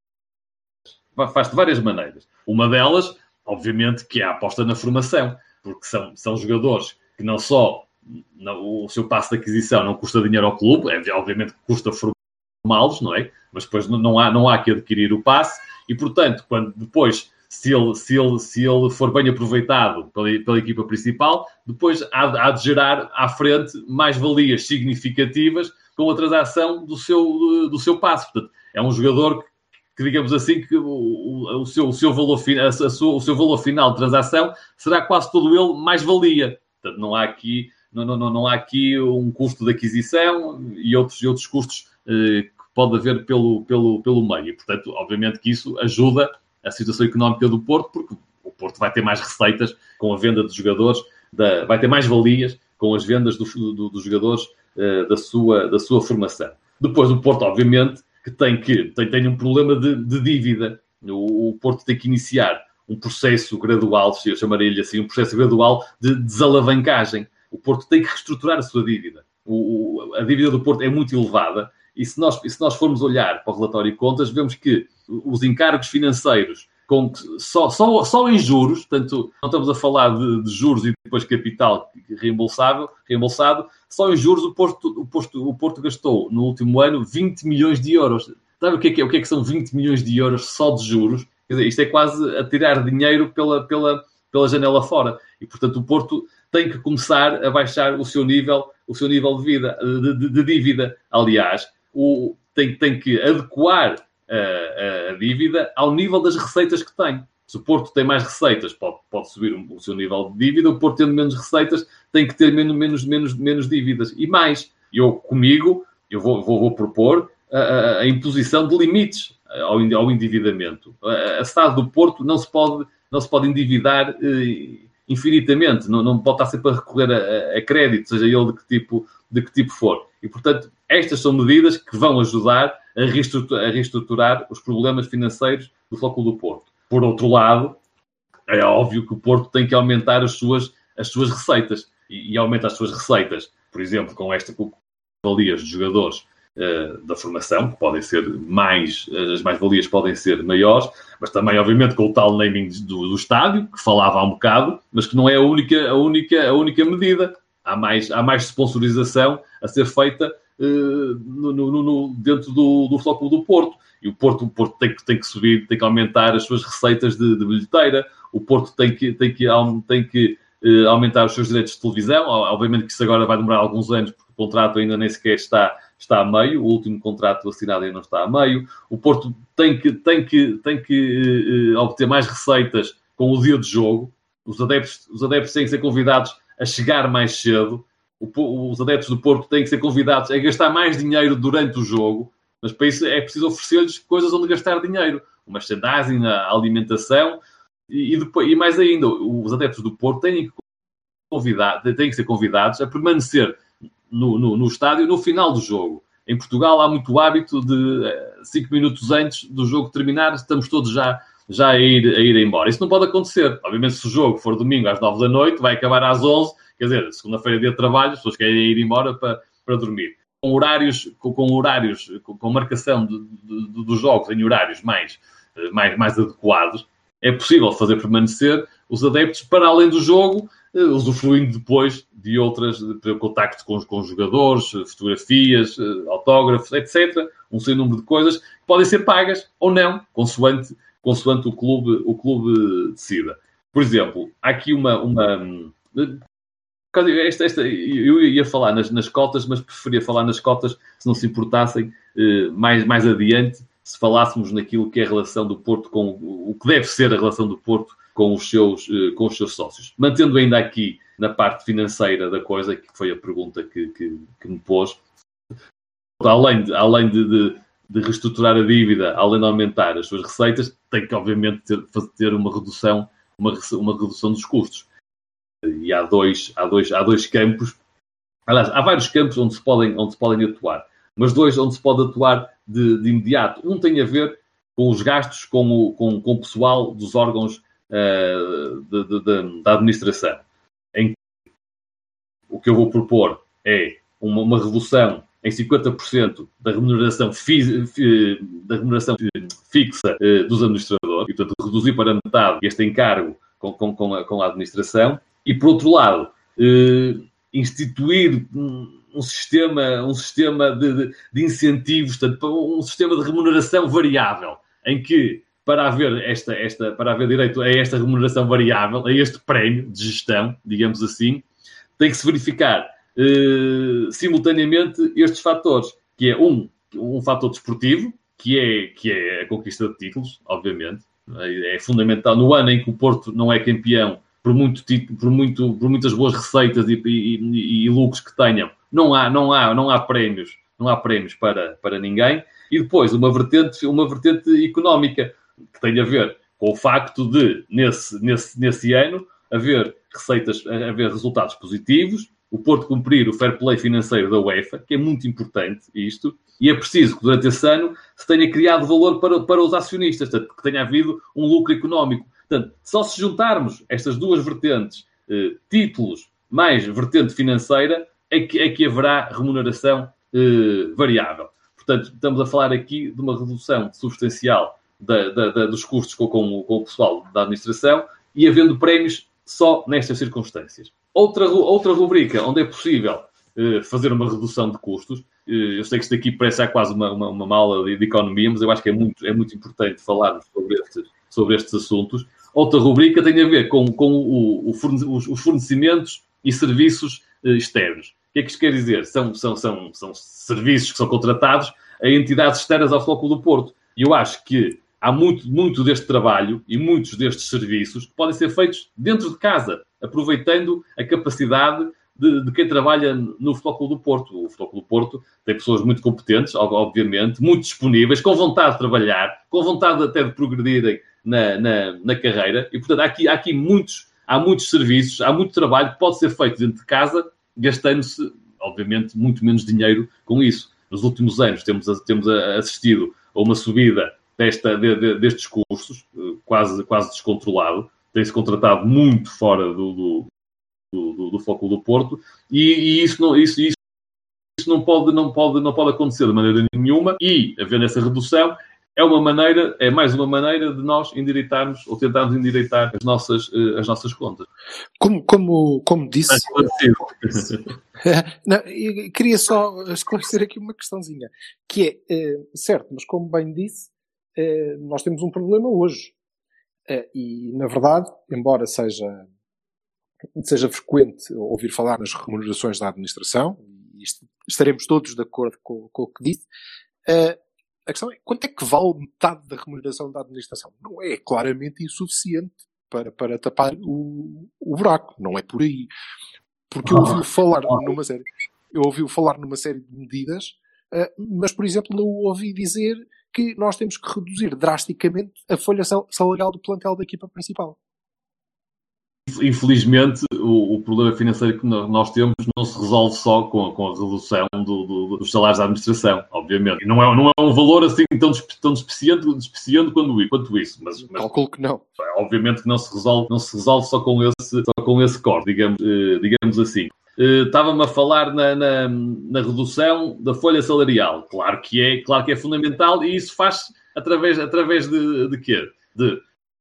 Speaker 9: Faz de várias maneiras. Uma delas, obviamente, que é a aposta na formação, porque são, são jogadores que não só não, o seu passo de aquisição não custa dinheiro ao clube, é, obviamente que custa formá-los, não é? Mas depois não há, não há que adquirir o passe e, portanto, quando depois, se ele, se ele, se ele for bem aproveitado pela, pela equipa principal, depois há, há de gerar à frente mais valias significativas com a transação do seu, do seu passe. Portanto, é um jogador que que digamos assim, que o, o, o, seu, o, seu valor, a, a sua, o seu valor final de transação será quase todo ele mais-valia. Portanto, não há aqui, não, não, não há aqui um custo de aquisição e outros, e outros custos eh, que pode haver pelo, pelo, pelo meio. E, portanto, obviamente que isso ajuda a situação económica do Porto, porque o Porto vai ter mais receitas com a venda de jogadores, da, vai ter mais valias com as vendas dos, do, dos jogadores eh, da, sua, da sua formação. Depois, o Porto, obviamente, que tem, que, tem, tem um problema de, de dívida. O, o Porto tem que iniciar um processo gradual, eu chamaria-lhe assim, um processo gradual de desalavancagem. O Porto tem que reestruturar a sua dívida. O, o, a dívida do Porto é muito elevada e se nós, e se nós formos olhar para o relatório de contas, vemos que os encargos financeiros com, só, só, só em juros, portanto, não estamos a falar de, de juros e depois capital reembolsável, reembolsado, só em juros o Porto, o, Porto, o Porto gastou no último ano vinte milhões de euros. Sabe o que é que, é, o que, é que são vinte milhões de euros só de juros? Quer dizer, isto é quase a tirar dinheiro pela, pela, pela janela fora. E, portanto, o Porto tem que começar a baixar o seu nível, o seu nível de, vida, de, de, de dívida. Aliás, o, tem, tem que adequar a, a dívida ao nível das receitas que tem. Se o Porto tem mais receitas, pode, pode subir o seu nível de dívida. O Porto tendo menos receitas, tem que ter menos, menos, menos, menos dívidas. E mais, eu comigo, eu vou, vou, vou propor a, a, a imposição de limites ao, ao endividamento. A, a Estado do Porto não se pode, não se pode endividar eh, infinitamente. Não, não pode estar sempre a recorrer a, a crédito, seja ele de que tipo, de que tipo for. E, portanto, estas são medidas que vão ajudar a reestruturar, a reestruturar os problemas financeiros do Futebol Clube do Porto. Por outro lado, é óbvio que o Porto tem que aumentar as suas, as suas receitas. E, e aumenta as suas receitas, por exemplo, com esta com valias de jogadores uh, da formação, que podem ser mais, as mais-valias podem ser maiores, mas também, obviamente, com o tal naming do, do estádio, que falava há um bocado, mas que não é a única, a única, a única medida. Há mais, há mais sponsorização a ser feita uh, no, no, no, dentro do, do Futebol Clube do Porto. E o Porto, o Porto tem, que, tem que subir, tem que aumentar as suas receitas de, de bilheteira. O Porto tem que, tem que, tem que uh, aumentar os seus direitos de televisão. Obviamente que isso agora vai demorar alguns anos, porque o contrato ainda nem sequer está, está a meio. O último contrato assinado ainda não está a meio. O Porto tem que, tem que, tem que uh, obter mais receitas com o dia de jogo. Os adeptos, os adeptos têm que ser convidados a chegar mais cedo. O, os adeptos do Porto têm que ser convidados a gastar mais dinheiro durante o jogo. Mas para isso é preciso oferecer-lhes coisas onde gastar dinheiro. O merchandising, a alimentação e, e, depois, e mais ainda, os adeptos do Porto têm que, convidar, têm que ser convidados a permanecer no, no, no estádio no final do jogo. Em Portugal há muito hábito de cinco minutos antes do jogo terminar, estamos todos já, já a, ir, a ir embora. Isso não pode acontecer. Obviamente, se o jogo for domingo às nove da noite, vai acabar às onze, quer dizer, segunda-feira é dia de trabalho, as pessoas querem ir embora para, para dormir. Com horários, com, com horários, com, com marcação de, de, de, dos jogos em horários mais, mais, mais adequados, é possível fazer permanecer os adeptos para além do jogo, usufruindo depois de outras, de, de contacto com, com os jogadores, fotografias, autógrafos, etcétera. Um sem número de coisas que podem ser pagas ou não, consoante, consoante o clube, o clube decida. Por exemplo, há aqui uma... uma Esta, esta, eu ia falar nas, nas cotas, mas preferia falar nas cotas, se não se importassem, eh, mais, mais adiante, se falássemos naquilo que é a relação do Porto com o que deve ser a relação do Porto com os seus, eh, com os seus sócios. Mantendo ainda aqui na parte financeira da coisa, que foi a pergunta que, que, que me pôs, além, de, além de, de, de reestruturar a dívida, além de aumentar as suas receitas, tem que obviamente ter, ter uma redução, uma, uma redução dos custos. E há dois, há, dois, há dois campos, aliás, há vários campos onde se podem, onde se podem atuar, mas dois onde se pode atuar de, de imediato. Um tem a ver com os gastos com o, com, com o pessoal dos órgãos uh, de, de, de, da administração. Em que o que eu vou propor é uma, uma redução em cinquenta por cento da remuneração, fi, fi, da remuneração fixa uh, dos administradores, e portanto reduzir para metade este encargo com, com, com, a, com a administração. E, por outro lado, eh, instituir um, um sistema, um sistema de, de, de incentivos, portanto, um sistema de remuneração variável, em que, para haver, esta, esta, para haver direito a esta remuneração variável, a este prémio de gestão, digamos assim, tem que se verificar eh, simultaneamente estes fatores, que é um, um fator desportivo, que é, que é a conquista de títulos, obviamente. É fundamental. No ano em que o Porto não é campeão, por, muito, por, muito, por muitas boas receitas e, e, e, e lucros que tenham, não há, não há, não há prémios, não há prémios para, para ninguém. E depois, uma vertente, uma vertente económica, que tem a ver com o facto de, nesse, nesse, nesse ano, haver receitas, haver resultados positivos, o Porto cumprir o fair play financeiro da UEFA, que é muito importante isto, e é preciso que durante esse ano se tenha criado valor para, para os acionistas, portanto, que tenha havido um lucro económico. Portanto, só se juntarmos estas duas vertentes, eh, títulos mais vertente financeira, é que, é que haverá remuneração eh, variável. Portanto, estamos a falar aqui de uma redução substancial da, da, da, dos custos com, com, com o pessoal da administração e havendo prémios só nestas circunstâncias. Outra, outra rubrica onde é possível eh, fazer uma redução de custos, eh, eu sei que isto aqui parece quase uma, uma, uma aula de, de economia, mas eu acho que é muito, é muito importante falarmos sobre estes, sobre estes assuntos. Outra rubrica tem a ver com, com o, o forne- os, os fornecimentos e serviços eh, externos. O que é que isto quer dizer? São, são, são, são serviços que são contratados a entidades externas ao Futebol Clube do Porto. E eu acho que há muito, muito deste trabalho e muitos destes serviços que podem ser feitos dentro de casa, aproveitando a capacidade de, de quem trabalha no Futebol Clube do Porto. O Futebol Clube do Porto tem pessoas muito competentes, obviamente, muito disponíveis, com vontade de trabalhar, com vontade até de progredirem na, na, na carreira. E, portanto, há aqui, há aqui muitos, há muitos serviços, há muito trabalho que pode ser feito dentro de casa, gastando-se, obviamente, muito menos dinheiro com isso. nos últimos anos temos, temos assistido a uma subida desta, de, de, destes custos, quase, quase descontrolado, tem-se contratado muito fora do, do, do, do foco do Porto, e, e isso, não, isso, isso, isso não, pode, não, pode, não pode acontecer de maneira nenhuma, e, havendo essa redução, é uma maneira, é mais uma maneira de nós endireitarmos, ou tentarmos endireitar as nossas, as nossas contas.
Speaker 8: Como, como, como disse... Não, eu queria só esclarecer aqui uma questãozinha, que é, é certo, mas como bem disse, é, nós temos um problema hoje. É, e, na verdade, embora seja, seja frequente ouvir falar nas remunerações da administração, e estaremos todos de acordo com, com o que disse, é, a questão é, quanto é que vale metade da remuneração da administração? Não é claramente insuficiente para, para tapar o, o buraco. Não é por aí. Porque eu ouvi falar numa série, eu ouvi falar numa série de medidas, mas, por exemplo, não ouvi dizer que nós temos que reduzir drasticamente a folha salarial do plantel da equipa principal.
Speaker 9: Infelizmente, o, o problema financeiro que nós temos não se resolve só com a, com a redução do, do, dos salários da administração, obviamente. E não é, não é um valor assim tão, tão despreciante, despreciante quando, quanto isso. Mas, mas,
Speaker 8: calculo que não.
Speaker 9: Obviamente que não se resolve, não se resolve só com esse, só com esse corte, digamos, eh, digamos assim. Eh, estava-me a falar na, na, na redução da folha salarial. Claro que é, claro que é fundamental, e isso faz através, através de, de quê? De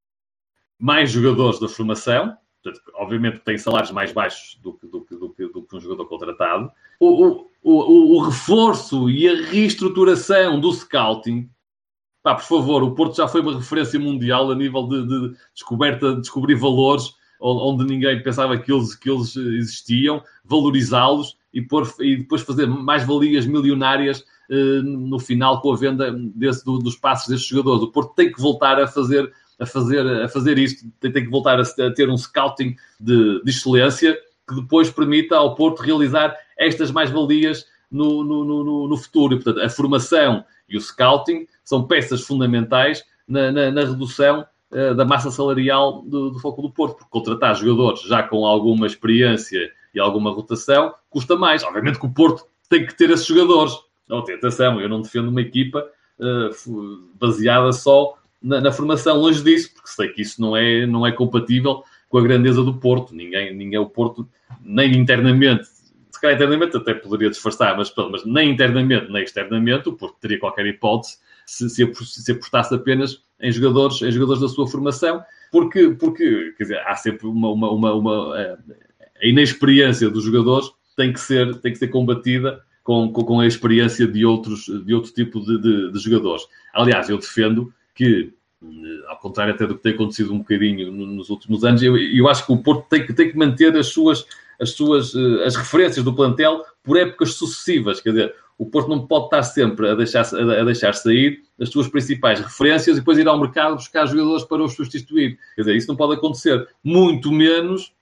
Speaker 9: mais jogadores da formação. Portanto, obviamente tem salários mais baixos do que, do que, do que, do que um jogador contratado. O, o, o, o reforço e a reestruturação do scouting. Pá, por favor, o Porto já foi uma referência mundial a nível de, de descoberta, de descobrir valores onde ninguém pensava que eles, que eles existiam, valorizá-los e, pôr, e depois fazer mais-valias milionárias eh, no final com a venda desse, do, dos passos destes jogadores. O Porto tem que voltar a fazer... A fazer, a fazer isto, tem, tem que voltar a, a ter um scouting de, de excelência que depois permita ao Porto realizar estas mais-valias no, no, no, no futuro. E, portanto, a formação e o scouting são peças fundamentais na, na, na redução uh, da massa salarial do, do foco do Porto, porque contratar jogadores já com alguma experiência e alguma rotação custa mais. Obviamente que o Porto tem que ter esses jogadores. Não, tem atenção, eu não defendo uma equipa uh, baseada só Na, na formação, longe disso, porque sei que isso não é, não é compatível com a grandeza do Porto. Ninguém, ninguém o Porto, nem internamente, se calhar internamente até poderia disfarçar, mas, mas nem internamente, nem externamente, o Porto teria qualquer hipótese se, se, se apostasse apenas em jogadores, em jogadores da sua formação, porque, porque quer dizer, há sempre uma, uma, uma, uma a inexperiência dos jogadores tem que ser, tem que ser combatida com, com, com a experiência de outros, de outro tipo de, de, de jogadores. Aliás, eu defendo que, ao contrário até do que tem acontecido um bocadinho nos últimos anos, eu, eu acho que o Porto tem que, tem que manter as suas, as suas as referências do plantel por épocas sucessivas. Quer dizer, o Porto não pode estar sempre a deixar, a deixar sair as suas principais referências e depois ir ao mercado buscar jogadores para os substituir. Quer dizer, isso não pode acontecer. Muito menos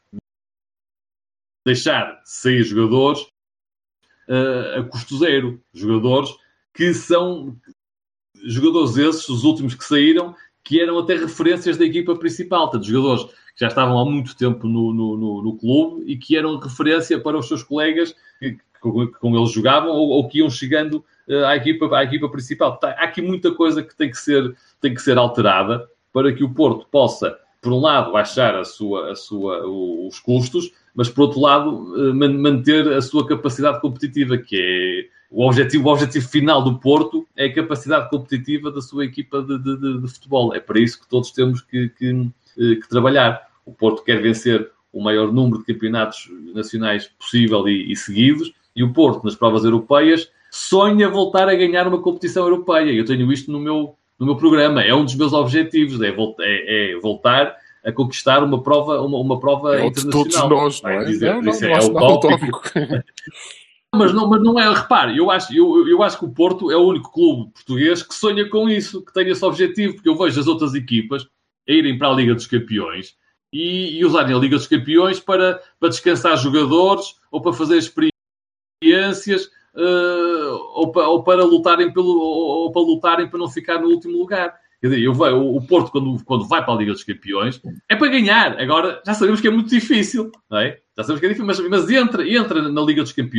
Speaker 9: deixar sair jogadores uh, a custo zero. Jogadores que são... Jogadores esses, os últimos que saíram, que eram até referências da equipa principal. Portanto, jogadores que já estavam há muito tempo no, no, no, no clube e que eram referência para os seus colegas que, que, que com eles jogavam ou, ou que iam chegando uh, à, equipa, à equipa principal. Portanto, há aqui muita coisa que tem que ser, tem que ser alterada para que o Porto possa, por um lado, baixar a sua, a sua, os custos, mas, por outro lado, uh, manter a sua capacidade competitiva, que é... O objetivo, o objetivo final do Porto é a capacidade competitiva da sua equipa de, de, de, de futebol. É para isso que todos temos que, que, que trabalhar. O Porto quer vencer o maior número de campeonatos nacionais possível e, e seguidos, e o Porto, nas provas europeias, sonha voltar a ganhar uma competição europeia. Eu tenho isto no meu, no meu programa. É um dos meus objetivos, é, volt, é, é voltar a conquistar uma prova, uma, uma prova
Speaker 8: é
Speaker 9: internacional.
Speaker 8: Todos nós, não é?
Speaker 9: Dizer,
Speaker 8: não, não,
Speaker 9: isso
Speaker 8: não,
Speaker 9: é
Speaker 8: não,
Speaker 9: utópico. Mas não, mas não é, repare, eu acho, eu, eu acho que o Porto é o único clube português que sonha com isso, que tem esse objetivo, porque eu vejo as outras equipas a irem para a Liga dos Campeões e, e usarem a Liga dos Campeões para, para descansar jogadores ou para fazer experiências uh, ou, para, ou, para lutarem pelo, ou, ou para lutarem para não ficar no último lugar. Quer dizer, eu vejo, o Porto, quando, quando vai para a Liga dos Campeões, é para ganhar. Agora, já sabemos que é muito difícil, não é? Já sabemos que é difícil, mas, mas entra, entra na Liga dos Campeões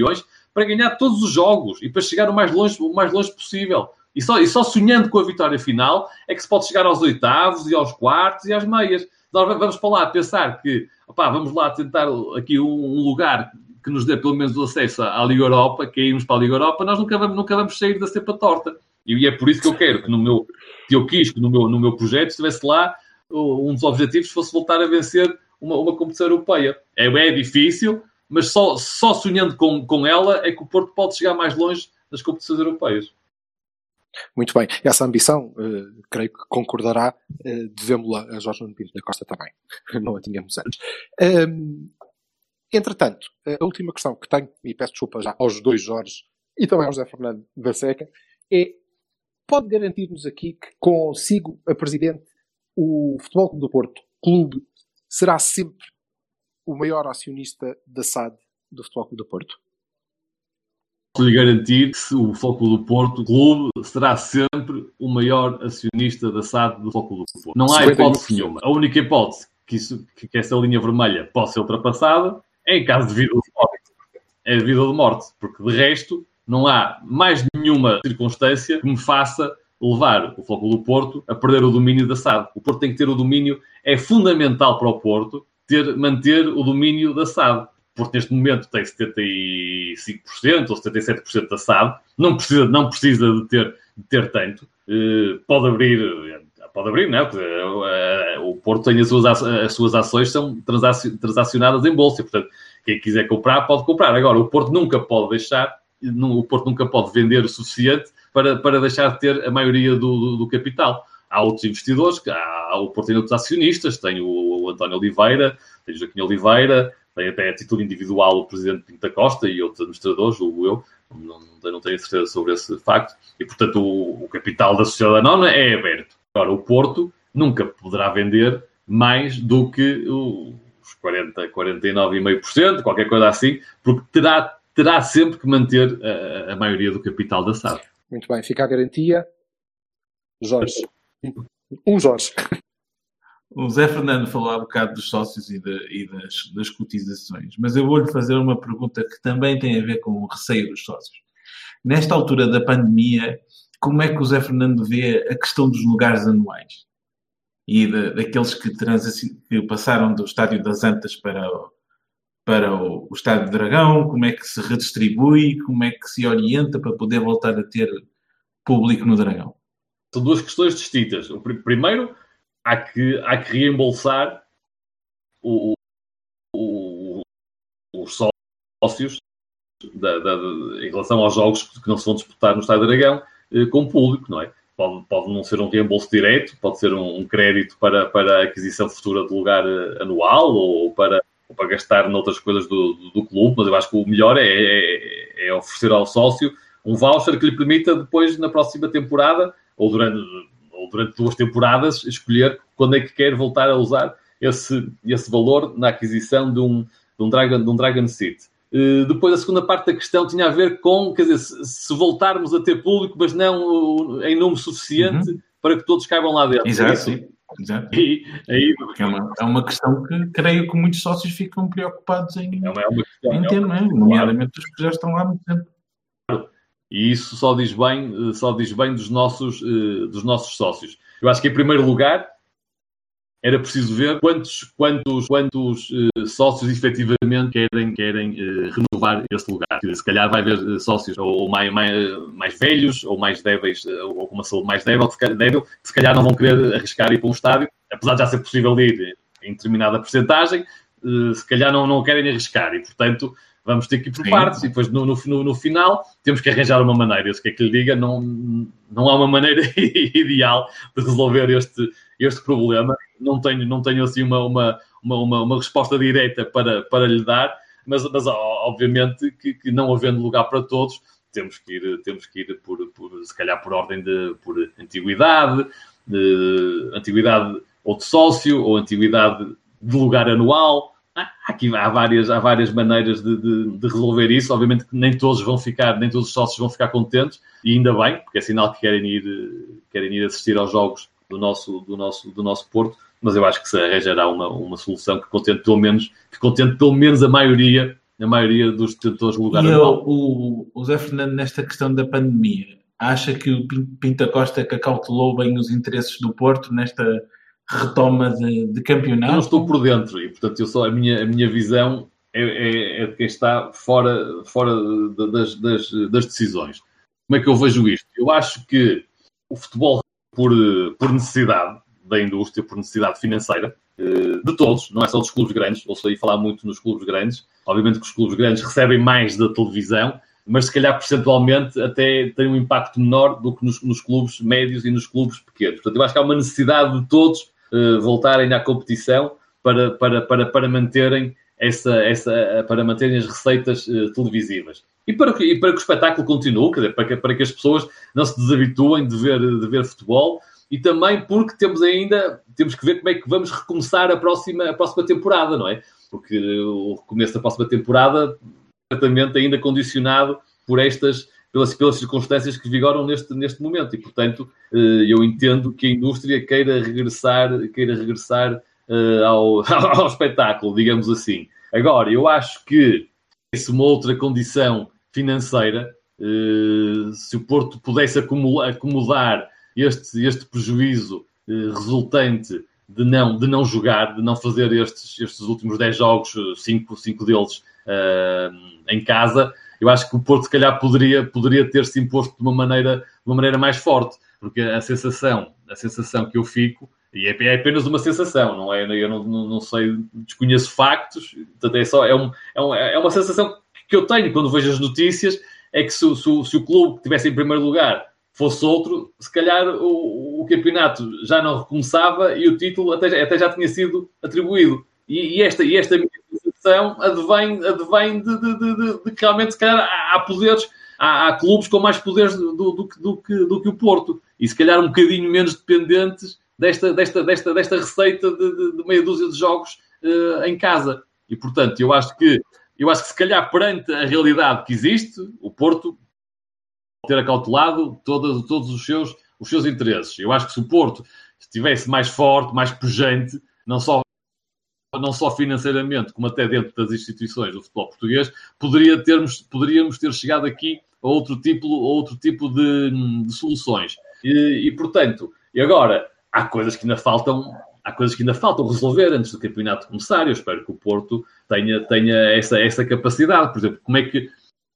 Speaker 9: para ganhar todos os jogos e para chegar o mais longe, o mais longe possível. E só, e só sonhando com a vitória final é que se pode chegar aos oitavos e aos quartos e às meias. Nós vamos para lá pensar que, opá, vamos lá tentar aqui um, um lugar que nos dê pelo menos o acesso à Liga Europa, que é irmos para a Liga Europa, nós nunca vamos, nunca vamos sair da cepa torta. E é por isso que eu quero que no meu, que eu quis que no meu, no meu projeto estivesse lá, um dos objetivos fosse voltar a vencer uma, uma competição europeia. É, é difícil, mas só, só sonhando com, com ela é que o Porto pode chegar mais longe nas competições europeias.
Speaker 8: Muito bem. Essa ambição, uh, creio que concordará, uh, devemos-la a Jorge Nuno Pinto da Costa também. Não a tínhamos antes. Um, entretanto, a última questão que tenho, e peço desculpa já aos dois Jorge e também ao José Fernando da Seca, é: pode garantir-nos aqui que consigo a Presidente o Futebol Clube do Porto, clube, será sempre o maior acionista da S A D do Futebol Clube do Porto?
Speaker 9: Posso-lhe garantir que o Futebol Clube do Porto, clube, será sempre o maior acionista da S A D do Futebol Clube do Porto. Não há hipótese nenhuma. A única hipótese que, isso, que essa linha vermelha possa ser ultrapassada é em caso de vida ou de morte. É de vida ou de morte. Porque, de resto, não há mais nenhuma circunstância que me faça levar o Futebol Clube do Porto a perder o domínio da S A D. O Porto tem que ter o domínio. É fundamental para o Porto ter, manter o domínio da S A D. Porque neste momento tem setenta e cinco por cento ou setenta e sete por cento da S A D, não precisa, não precisa de, ter, de ter tanto, uh, pode abrir, pode abrir, não é? O Porto tem as suas, as suas ações, são transacionadas em bolsa, portanto, quem quiser comprar, pode comprar. Agora, o Porto nunca pode deixar, o Porto nunca pode vender o suficiente para, para deixar de ter a maioria do, do, do capital. Há outros investidores, que há, o Porto tem outros acionistas, tem o, o António Oliveira, tem o Joaquim Oliveira, tem até a título individual o Presidente Pinto da Costa e outros administradores, julgo eu, não, não, não tenho certeza sobre esse facto, e portanto o, o capital da sociedade anónima é aberto. Agora, o Porto nunca poderá vender mais do que os quarenta, quarenta e nove vírgula cinco por cento, qualquer coisa assim, porque terá, terá sempre que manter a, a maioria do capital da S A D.
Speaker 8: Muito bem, fica a garantia. Jorge. Um Jorge.
Speaker 10: O Zé Fernando falou há bocado dos sócios e, de, e das, das cotizações, mas eu vou-lhe fazer uma pergunta que também tem a ver com o receio dos sócios. Nesta altura da pandemia, como é que o Zé Fernando vê a questão dos lugares anuais? E de, daqueles que, transi- que passaram do Estádio das Antas para, o, para o, o Estádio do Dragão, como é que se redistribui, como é que se orienta para poder voltar a ter público no Dragão?
Speaker 9: São duas questões distintas. O pr- primeiro... Há que, há que reembolsar o, o, os sócios da, da, de, em relação aos jogos que não se vão disputar no Estádio do Dragão eh, com o público, não é? Pode, pode não ser um reembolso direto, pode ser um, um crédito para, para a aquisição futura de lugar uh, anual ou para, ou para gastar noutras coisas do, do, do clube, mas eu acho que o melhor é, é, é oferecer ao sócio um voucher que lhe permita depois, na próxima temporada, ou durante... ou durante duas temporadas, escolher quando é que quer voltar a usar esse, esse valor na aquisição de um, de um, Dragon, de um Dragon City. Uh, depois, a segunda parte da questão tinha a ver com, quer dizer, se, se voltarmos a ter público, mas não uh, em número suficiente uhum. para que todos caibam lá dentro.
Speaker 10: Exato, sim. Exato. E, aí, é, uma, é uma questão que creio que muitos sócios ficam preocupados em, é uma, é uma questão, em ter, é uma, nomeadamente os que já estão lá há muito tempo.
Speaker 9: E isso só diz bem, só diz bem dos nossos, dos nossos sócios. Eu acho que, em primeiro lugar, era preciso ver quantos, quantos, quantos sócios efetivamente querem, querem renovar este lugar. Se calhar vai haver sócios ou mais, mais, mais velhos, ou mais débeis, ou com uma saúde mais débil, débil, que se calhar não vão querer arriscar ir para um estádio, apesar de já ser possível ir em determinada porcentagem, se calhar não, não querem arriscar. E, portanto... vamos ter que ir por Sim. partes e depois no, no, no final temos que arranjar uma maneira. Eu sei que é que lhe diga, não, não há uma maneira ideal de resolver este, este problema. Não tenho, não tenho assim uma, uma, uma, uma resposta direta para, para lhe dar, mas, mas obviamente que, que não havendo lugar para todos, temos que ir, temos que ir por, por, se calhar por ordem de por antiguidade, de, antiguidade ou de sócio, ou antiguidade de lugar anual. Aqui há várias, há várias maneiras de, de, de resolver isso. Obviamente que nem todos vão ficar, nem todos os sócios vão ficar contentes, e ainda bem, porque é sinal que querem ir, querem ir assistir aos jogos do nosso, do nosso, do nosso Porto, mas eu acho que se arranjará uma, uma solução que contente pelo menos, que contente pelo menos a maioria na maioria dos detentores de lugar
Speaker 10: E
Speaker 9: anual.
Speaker 10: o, o Zé Fernando, nesta questão da pandemia, acha que o Pinto Costa que acautelou bem os interesses do Porto nesta retoma de, de campeonato?
Speaker 9: Eu não estou por dentro e, portanto, eu só, a, minha, a minha visão é, é, é de quem está fora, fora das, das, das decisões. Como é que eu vejo isto? Eu acho que o futebol, por, por necessidade da indústria, por necessidade financeira, de todos, não é só dos clubes grandes, ouço aí falar muito nos clubes grandes, obviamente que os clubes grandes recebem mais da televisão, mas se calhar percentualmente até tem um impacto menor do que nos, nos clubes médios e nos clubes pequenos. Portanto, eu acho que há uma necessidade de todos uh, voltarem à competição para, para, para, para manterem essa, essa, para manterem as receitas uh, televisivas. E para, que, e para que o espetáculo continue, quer dizer, para, que, para que as pessoas não se desabituem de ver, de ver futebol. E também porque temos ainda, temos que ver como é que vamos recomeçar a próxima, a próxima temporada, não é? Porque o recomeço da próxima temporada, certamente ainda condicionado por estas, pelas, pelas circunstâncias que vigoram neste, neste momento. E, portanto, eu entendo que a indústria queira regressar, queira regressar uh, ao, ao espetáculo, digamos assim. Agora, eu acho que se uma outra condição financeira, uh, se o Porto pudesse acumular, acomodar Este, este prejuízo eh, resultante de não, de não jogar, de não fazer estes, estes últimos dez jogos, cinco, cinco deles uh, em casa, eu acho que o Porto, se calhar, poderia, poderia ter-se imposto de uma maneira, de uma maneira mais forte, porque a sensação, a sensação que eu fico, e é, é apenas uma sensação, não é? Eu não, não, não sei, desconheço factos, portanto, é, só, é, um, é, um, é uma sensação que eu tenho quando vejo as notícias, é que se, se, se o clube que estivesse em primeiro lugar fosse outro, se calhar o, o campeonato já não recomeçava e o título até, até já tinha sido atribuído. E, e, esta, e esta minha sensação advém, advém de, de, de, de, de que realmente, se calhar, há, há poderes, há, há clubes com mais poderes do, do, do, do, que, do que o Porto. E se calhar um bocadinho menos dependentes desta, desta, desta, desta receita de, de, de meia dúzia de jogos uh, em casa. E, portanto, eu acho que, eu acho que se calhar perante a realidade que existe, o Porto ter acautelado todos, todos os, seus, os seus interesses. Eu acho que se o Porto estivesse mais forte, mais pujante, não só, não só financeiramente, como até dentro das instituições do futebol português, poderia termos, poderíamos ter chegado aqui a outro tipo, a outro tipo de, de soluções. E, e, portanto, e agora, há coisas que ainda faltam... Há coisas que ainda faltam resolver antes do campeonato começar. Eu espero que o Porto tenha, tenha essa, essa capacidade. Por exemplo, como é que...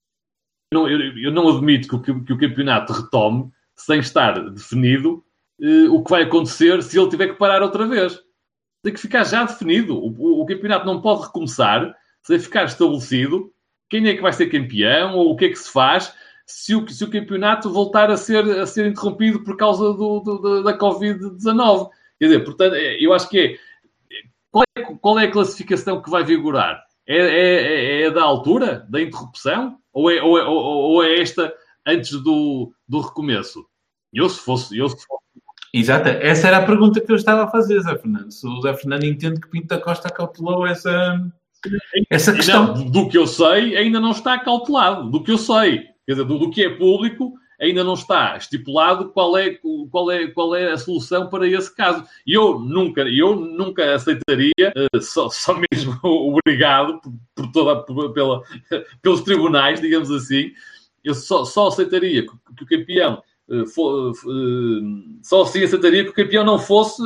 Speaker 9: Eu, eu, eu não admito que o, que o campeonato retome sem estar definido uh, o que vai acontecer se ele tiver que parar outra vez. Tem que ficar já definido. O, o, o campeonato não pode recomeçar sem ficar estabelecido quem é que vai ser campeão ou o que é que se faz se o, se o campeonato voltar a ser, a ser interrompido por causa do, do, da covid dezanove. Quer dizer, portanto, eu acho que é qual, é... qual é a classificação que vai vigorar? É, é, é a da altura, da interrupção? Ou é, ou é, ou, ou é esta antes do, do recomeço? Eu se fosse... Eu, se fosse...
Speaker 10: Exato. Essa era a pergunta que eu estava a fazer, Zé Fernando. Se o Zé Fernando entende que Pinto da Costa cautelou essa, essa questão.
Speaker 9: Não, do que eu sei, ainda não está cautelado. Do que eu sei. Quer dizer, do, do que é público... ainda não está estipulado qual é, qual é, qual é a solução para esse caso. E eu nunca, eu nunca aceitaria, uh, só, só mesmo obrigado por, por toda, por, pela, pelos tribunais, digamos assim, eu só, só aceitaria que, que o campeão uh, for, uh, só assim aceitaria que o campeão não fosse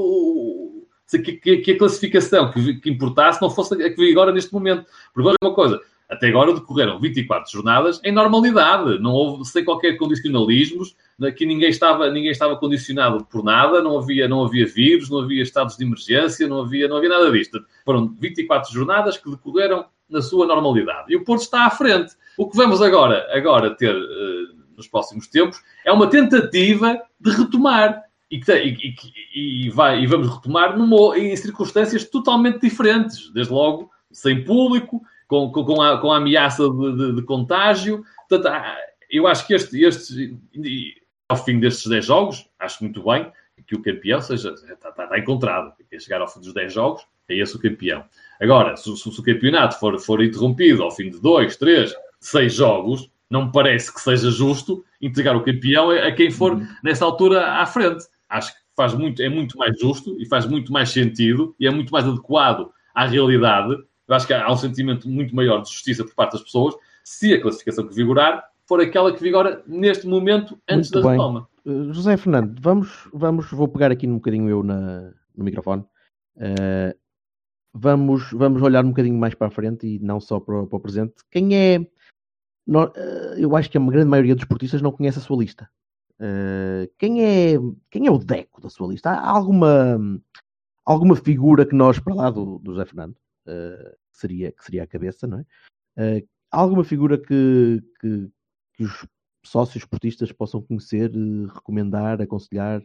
Speaker 9: uh, que, que, que a classificação que, que importasse não fosse a que vigora neste momento. Porque olha uma coisa, até agora decorreram vinte e quatro jornadas em normalidade, não houve, sem qualquer condicionalismos, aqui ninguém estava, ninguém estava condicionado por nada, não havia, não havia vírus, não havia estados de emergência, não havia, não havia nada disto. Foram vinte e quatro jornadas que decorreram na sua normalidade. E o Porto está à frente. O que vamos agora, agora ter uh, nos próximos tempos é uma tentativa de retomar. E, que, e, e, e, vai, e vamos retomar numa, em circunstâncias totalmente diferentes. Desde logo, sem público, Com, com, a, com a ameaça de, de, de contágio. Portanto, eu acho que este, este, ao fim destes dez jogos, acho muito bem que o campeão seja, está, está, está encontrado. Quer chegar ao fim dos dez jogos, é esse o campeão. Agora, se, se, se o campeonato for, for interrompido ao fim de dois, três, seis jogos, não me parece que seja justo entregar o campeão a, a quem for uhum. nessa altura à frente. Acho que faz muito, é muito mais justo e faz muito mais sentido e é muito mais adequado à realidade Eu acho que há um sentimento muito maior de justiça por parte das pessoas se a classificação que vigorar for aquela que vigora neste momento antes
Speaker 3: Muito
Speaker 9: da
Speaker 3: bem.
Speaker 9: retoma.
Speaker 3: Uh, José Fernando, vamos, vamos, vou pegar aqui um bocadinho eu na, no microfone. Uh, vamos, vamos olhar um bocadinho mais para a frente e não só para, o- para o presente. Quem é... nó- uh, eu acho que a grande maioria dos esportistas não conhece a sua lista. Uh, quem é, quem é o Deco da sua lista? Há alguma, alguma figura que nós, para lá do, do José Fernando, uh, que seria, que seria a cabeça, não é? Uh, há alguma figura que, que, que os sócios esportistas possam conhecer, eh, recomendar, aconselhar,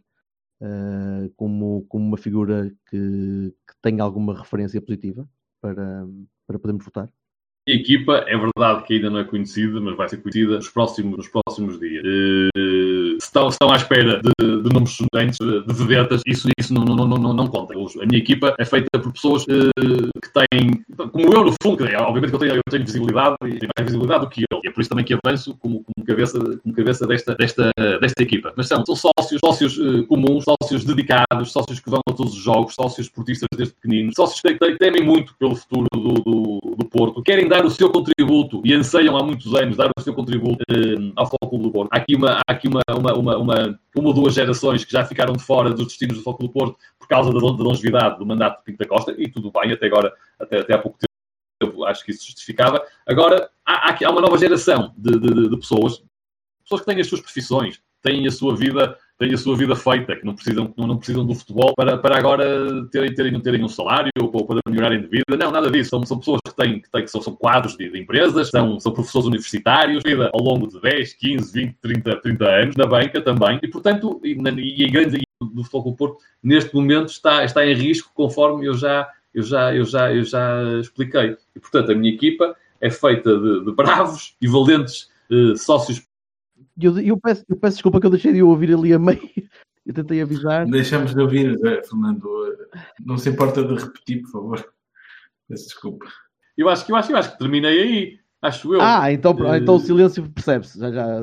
Speaker 3: uh, como, como uma figura que, que tenha alguma referência positiva para, para podermos votar?
Speaker 9: A equipa, é verdade que ainda não é conhecida, mas vai ser conhecida nos próximos, nos próximos dias. Uh, estão, estão à espera de, de nomes sonantes, de vedetas, isso, isso não, não, não, não, não conta. A minha equipa é feita por pessoas uh, que têm, como eu, no fundo, que, obviamente que eu tenho, eu tenho visibilidade e tenho mais visibilidade do que eu. E é por isso também que avanço como, como cabeça, como cabeça desta, desta, desta equipa. Mas são, são sócios, sócios uh, comuns, sócios dedicados, sócios que vão a todos os jogos, sócios esportistas desde pequeninos, sócios que, que temem muito pelo futuro do, do, do Porto, querem dar o seu contributo e anseiam há muitos anos dar o seu contributo uh, ao Futebol Clube do Porto. Há aqui, uma, há aqui uma, uma, uma, uma, uma ou duas gerações que já ficaram de fora dos destinos do Futebol Clube do Porto por causa da, da longevidade do mandato de Pinto da Costa, e tudo bem, até agora, até, até há pouco tempo, acho que isso justificava. Agora, há, há, há uma nova geração de, de, de pessoas, pessoas que têm as suas profissões, têm a sua vida, têm a sua vida feita, que não precisam, não, não precisam do futebol para, para agora terem, terem, terem um salário ou para melhorarem de vida. Não, nada disso. São, são pessoas que têm, que têm que são, são quadros de, de empresas, são, são professores universitários, vida ao longo de dez, quinze, vinte, trinta, trinta anos, na banca também, e portanto, e, na, e em grandes do Futebol Clube do Porto, neste momento está, está em risco, conforme eu já, eu, já, eu, já, eu já expliquei. E portanto, a minha equipa é feita de, de bravos e valentes eh, sócios.
Speaker 3: Eu, eu, peço, eu peço desculpa que eu deixei de ouvir ali a meio. Eu tentei avisar.
Speaker 10: Deixamos de ouvir, Fernando. Não se importa de repetir, por favor. Peço desculpa.
Speaker 9: Eu acho que, eu acho, eu acho que terminei aí. Acho eu.
Speaker 3: Ah, então,
Speaker 9: uh...
Speaker 3: então o silêncio percebe-se. Já, já...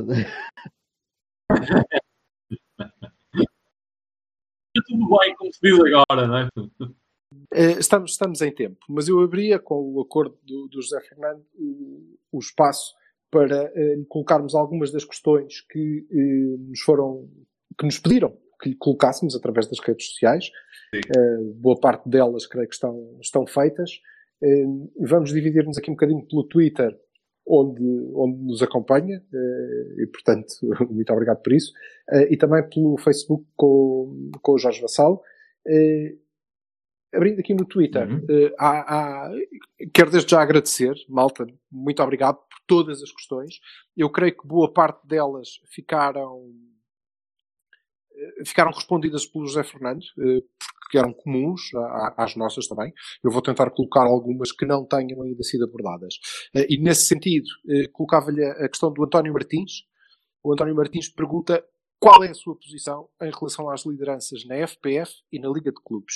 Speaker 9: Tudo bem, como se diz agora, não é?
Speaker 8: Estamos, estamos em tempo, mas eu abria com o acordo do, do José Fernando o, o espaço para uh, colocarmos algumas das questões que uh, nos foram, que nos pediram que lhe colocássemos através das redes sociais. Uh, boa parte delas creio que estão, estão feitas. Uh, vamos dividir-nos aqui um bocadinho pelo Twitter, onde, onde nos acompanha, uh, e portanto, muito obrigado por isso, uh, e também pelo Facebook com, com o Jorge Vassal. Uh, abrindo aqui no Twitter,
Speaker 10: uhum.
Speaker 8: uh, há, há, quero desde já agradecer, malta, muito obrigado por todas as questões. Eu creio que boa parte delas ficaram, uh, ficaram respondidas pelo José Fernando, uh, porque eram comuns às nossas também. Eu vou tentar colocar algumas que não tenham ainda sido abordadas. Uh, e nesse sentido, uh, colocava-lhe a questão do António Martins. O António Martins pergunta qual é a sua posição em relação às lideranças na F P F e na Liga de Clubes.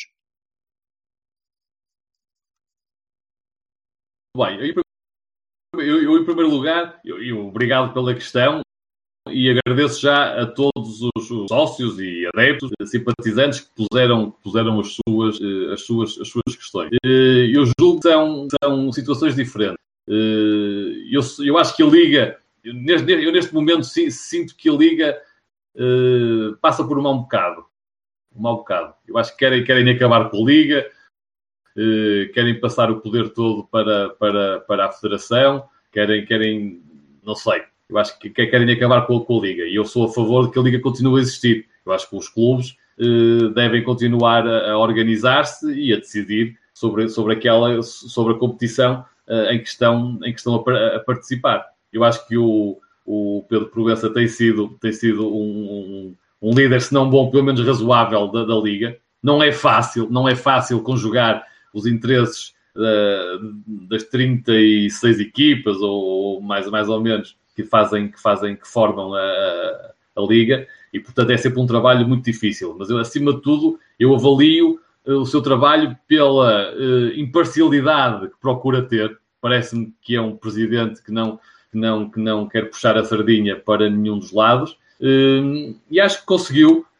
Speaker 9: Bem, eu, eu, eu em primeiro lugar, eu, eu, obrigado pela questão e agradeço já a todos os, os sócios e adeptos, simpatizantes que puseram, que puseram as, suas, as, suas, as suas questões. Eu julgo que são, são situações diferentes. Eu, eu acho que a Liga, eu neste, eu neste momento sinto que a Liga passa por um mau bocado. Um mau bocado. Eu acho que querem, querem acabar com a Liga. Uh, querem passar o poder todo para, para, para a Federação, querem, querem, não sei, eu acho que querem acabar com, com a Liga, e eu sou a favor de que a Liga continue a existir. Eu acho que os clubes uh, devem continuar a, a organizar-se e a decidir sobre, sobre, aquela, sobre a competição uh, em que estão, em que estão a, a participar. Eu acho que o, o Pedro Proença tem sido, tem sido um, um, um líder, se não bom, pelo menos razoável da, da Liga. Não é fácil, não é fácil conjugar os interesses uh, das trinta e seis equipas, ou, ou mais, mais ou menos, que fazem, que, fazem, que formam a, a, a Liga, e portanto é sempre um trabalho muito difícil. Mas eu, acima de tudo, eu avalio uh, o seu trabalho pela uh, imparcialidade que procura ter. Parece-me que é um presidente que não, que não, que não quer puxar a sardinha para nenhum dos lados, uh, e acho que conseguiu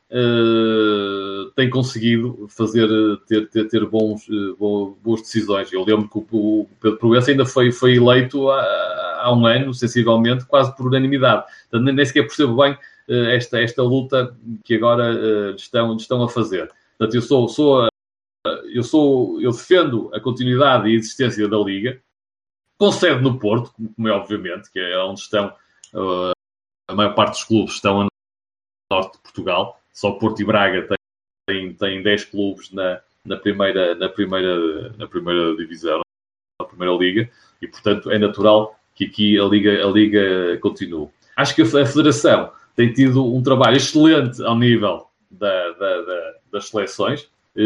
Speaker 9: uh, tem conseguido fazer, ter, ter, ter bons, uh, boas decisões. Eu lembro que o, o Pedro Proença ainda foi, foi eleito há, há um ano, sensivelmente, quase por unanimidade. Portanto, nem sequer percebo bem uh, esta, esta luta que agora uh, estão, estão a fazer. Portanto, eu sou, sou, uh, eu sou, eu defendo a continuidade e a existência da Liga, com sede no Porto, como é obviamente, que é onde estão uh, a maior parte dos clubes estão no norte de Portugal. Só Porto e Braga têm, têm dez clubes na, na, primeira, na, primeira, na primeira divisão, na primeira liga, e portanto é natural que aqui a Liga, a Liga continue. Acho que a Federação tem tido um trabalho excelente ao nível da, da, da, das seleções,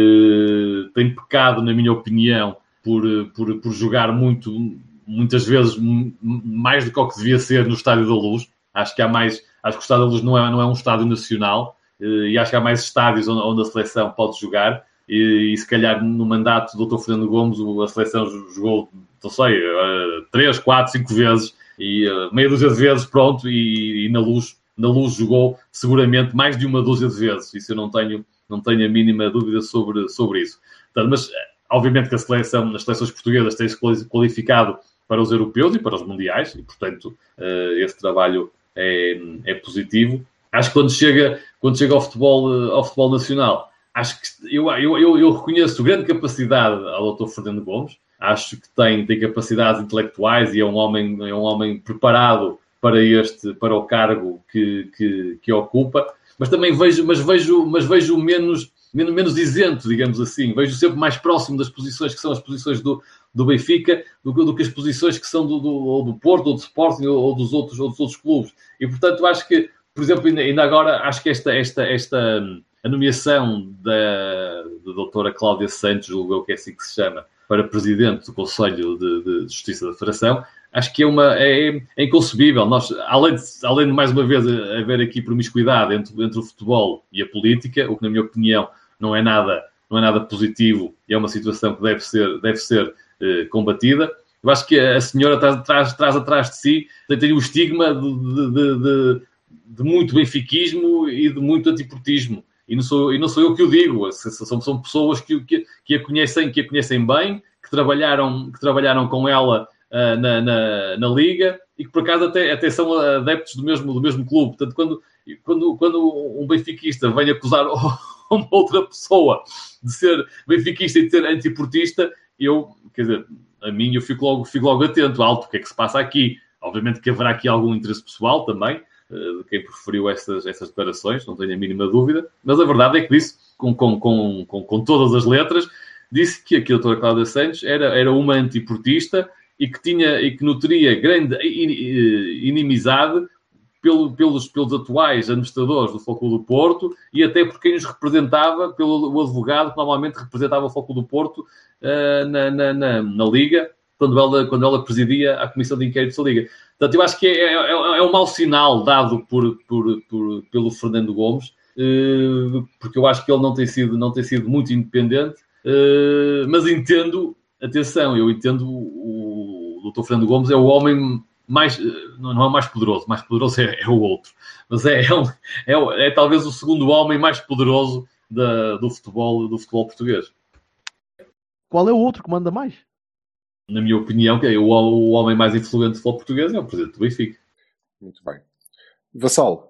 Speaker 9: uh, tem pecado, na minha opinião, por, por, por jogar muito, muitas vezes mais do que o que devia ser no Estádio da Luz. Acho que há mais, acho que o Estádio da Luz não é, não é um estádio nacional, e acho que há mais estádios onde, onde a seleção pode jogar, e, e se calhar no mandato do doutor Fernando Gomes a seleção jogou, não sei, três, quatro, cinco vezes, e meia dúzia de vezes, pronto, e, e na Luz, na Luz jogou seguramente mais de uma dúzia de vezes. Isso eu não tenho, não tenho a mínima dúvida sobre, sobre isso. Portanto, mas obviamente que a seleção, as seleções portuguesas têm-se qualificado para os europeus e para os mundiais, e portanto esse trabalho é, é positivo. Acho que quando chega, quando chega ao futebol, ao futebol nacional, acho que eu, eu, eu, eu reconheço grande capacidade ao doutor Fernando Gomes. Acho que tem, tem capacidades intelectuais e é um homem, é um homem preparado para este, para o cargo que, que, que ocupa. Mas também vejo, mas vejo, mas vejo menos, menos, menos isento, digamos assim. Vejo sempre mais próximo das posições que são as posições do, do Benfica do, do que as posições que são do, do, ou do Porto, ou do Sporting, ou, ou, dos outros, ou dos outros clubes. E, portanto, acho que, por exemplo, ainda, ainda agora, acho que esta, esta, esta a nomeação da, da doutora Cláudia Santos, julgo eu que é assim que se chama, para presidente do Conselho de, de Justiça da Federação, acho que é, uma, é, é inconcebível. Nós, além de, além de, mais uma vez, haver aqui promiscuidade entre, entre o futebol e a política, o que, na minha opinião, não é nada, não é nada positivo e é uma situação que deve ser, deve ser eh, combatida. Eu acho que a senhora traz, traz, traz atrás de si, tem o estigma de, de, de, de, de muito benfiquismo e de muito antiportismo. E não sou, e não sou eu que o digo, são, são pessoas que, que, que, a conhecem, que a conhecem bem, que trabalharam, que trabalharam com ela uh, na, na, na Liga e que, por acaso, até, até são adeptos do mesmo, do mesmo clube. Portanto, quando, quando, quando um benfiquista vem acusar uma outra pessoa de ser benfiquista e de ser antiportista, eu, quer dizer, a mim, eu fico logo, fico logo atento, alto, o que é que se passa aqui. Obviamente que haverá aqui algum interesse pessoal também, de quem preferiu essas, essas declarações, não tenho a mínima dúvida, mas a verdade é que disse, com, com, com, com, com todas as letras, disse que a doutora Cláudia Santos era, era uma antiportista e que, tinha, e que nutria grande inimizade pelo, pelos, pelos atuais administradores do Futebol Clube do Porto e até por quem os representava, pelo o advogado que normalmente representava o Futebol Clube do Porto uh, na, na, na, na Liga, quando ela, quando ela presidia a Comissão de Inquérito da Liga. Portanto, eu acho que é, é, é um mau sinal dado por, por, por, pelo Fernando Gomes, uh, porque eu acho que ele não tem sido, não tem sido muito independente, uh, mas entendo, atenção, eu entendo o, o doutor Fernando Gomes é o homem mais, não é o mais poderoso, mais poderoso é, é o outro, mas é, é, um, é, é talvez o segundo homem mais poderoso da, do, futebol, do futebol português.
Speaker 3: Qual é o outro que manda mais?
Speaker 9: Na minha opinião, que é o, o homem mais influente do futebol português é o presidente do Benfica.
Speaker 8: Muito bem. Vassalo.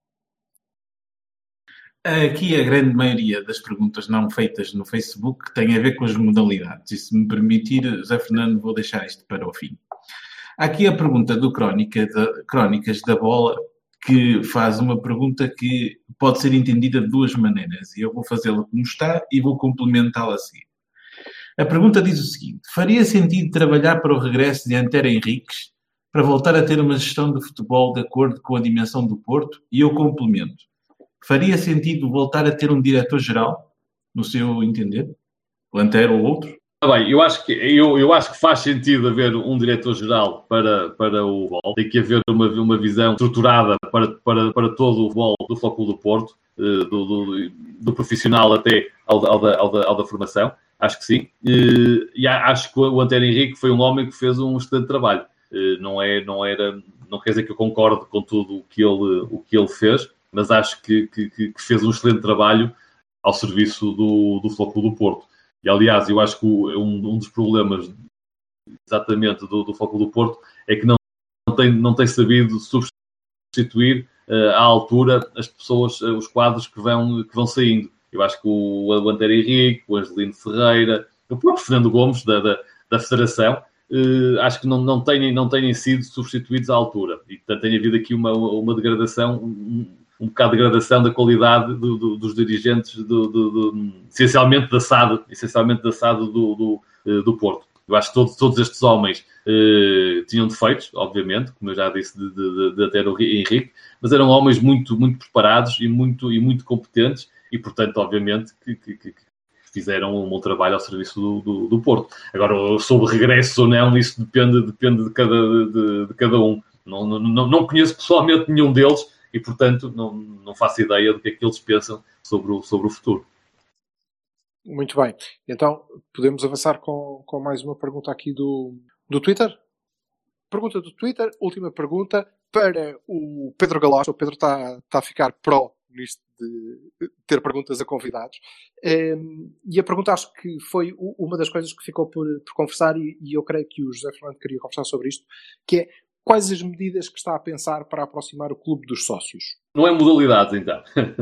Speaker 10: Aqui a grande maioria das perguntas não feitas no Facebook tem a ver com as modalidades. E se me permitir, José Fernando, vou deixar isto para o fim. Há aqui a pergunta do Crónica, de, Crónicas da Bola, que faz uma pergunta que pode ser entendida de duas maneiras. E eu vou fazê-la como está e vou complementá-la a seguir. A pergunta diz o seguinte: faria sentido trabalhar para o regresso de Antero Henriques para voltar a ter uma gestão de futebol de acordo com a dimensão do Porto? E eu complemento: faria sentido voltar a ter um diretor-geral, no seu entender? O Antero ou outro?
Speaker 9: Ah, bem, eu acho que, eu, eu acho que faz sentido haver um diretor-geral para, para o futebol. Tem que haver uma, uma visão estruturada para, para, para todo o futebol do Futebol Clube do Porto, do, do, do profissional até ao, ao, da, ao, da, ao da formação. Acho que sim. E acho que o Antero Henrique foi um homem que fez um excelente trabalho. Não, é, não, era, não quer dizer que eu concorde com tudo o que ele, o que ele fez, mas acho que, que, que fez um excelente trabalho ao serviço do, do Futebol Clube do Porto. E, aliás, eu acho que um, um dos problemas exatamente do, do Futebol Clube do Porto é que não, não, tem, não tem sabido substituir uh, à altura as pessoas, uh, os quadros que vão, que vão saindo. Eu acho que o, o Antero Henrique, o Angelino Ferreira, o próprio Fernando Gomes, da, da, da Federação, uh, acho que não, não, têm, não têm sido substituídos à altura. E, portanto, tem havido aqui uma, uma degradação, um, um bocado de degradação da qualidade do, do, dos dirigentes, do, do, do, essencialmente da S A D, essencialmente da S A D do, do, uh, do Porto. Eu acho que todos, todos estes homens uh, tinham defeitos, obviamente, como eu já disse, de, de, de Antero Henrique, mas eram homens muito, muito preparados e muito, e muito competentes e, portanto, obviamente, que, que, que fizeram um bom trabalho ao serviço do, do, do Porto. Agora, sobre regresso ou não, isso depende, depende de, cada, de, de cada um. Não, não, não conheço pessoalmente nenhum deles e, portanto, não, não faço ideia do que é que eles pensam sobre o, sobre o futuro.
Speaker 8: Muito bem. Então, podemos avançar com, com mais uma pergunta aqui do, do Twitter. Pergunta do Twitter, última pergunta para o Pedro Galocha. O Pedro está, está a ficar pró nisto de ter perguntas a convidados. Um, e a pergunta acho que foi uma das coisas que ficou por, por conversar e, e eu creio que o José Fernando queria conversar sobre isto, que é quais as medidas que está a pensar para aproximar o clube dos sócios?
Speaker 9: Não é modalidades, então.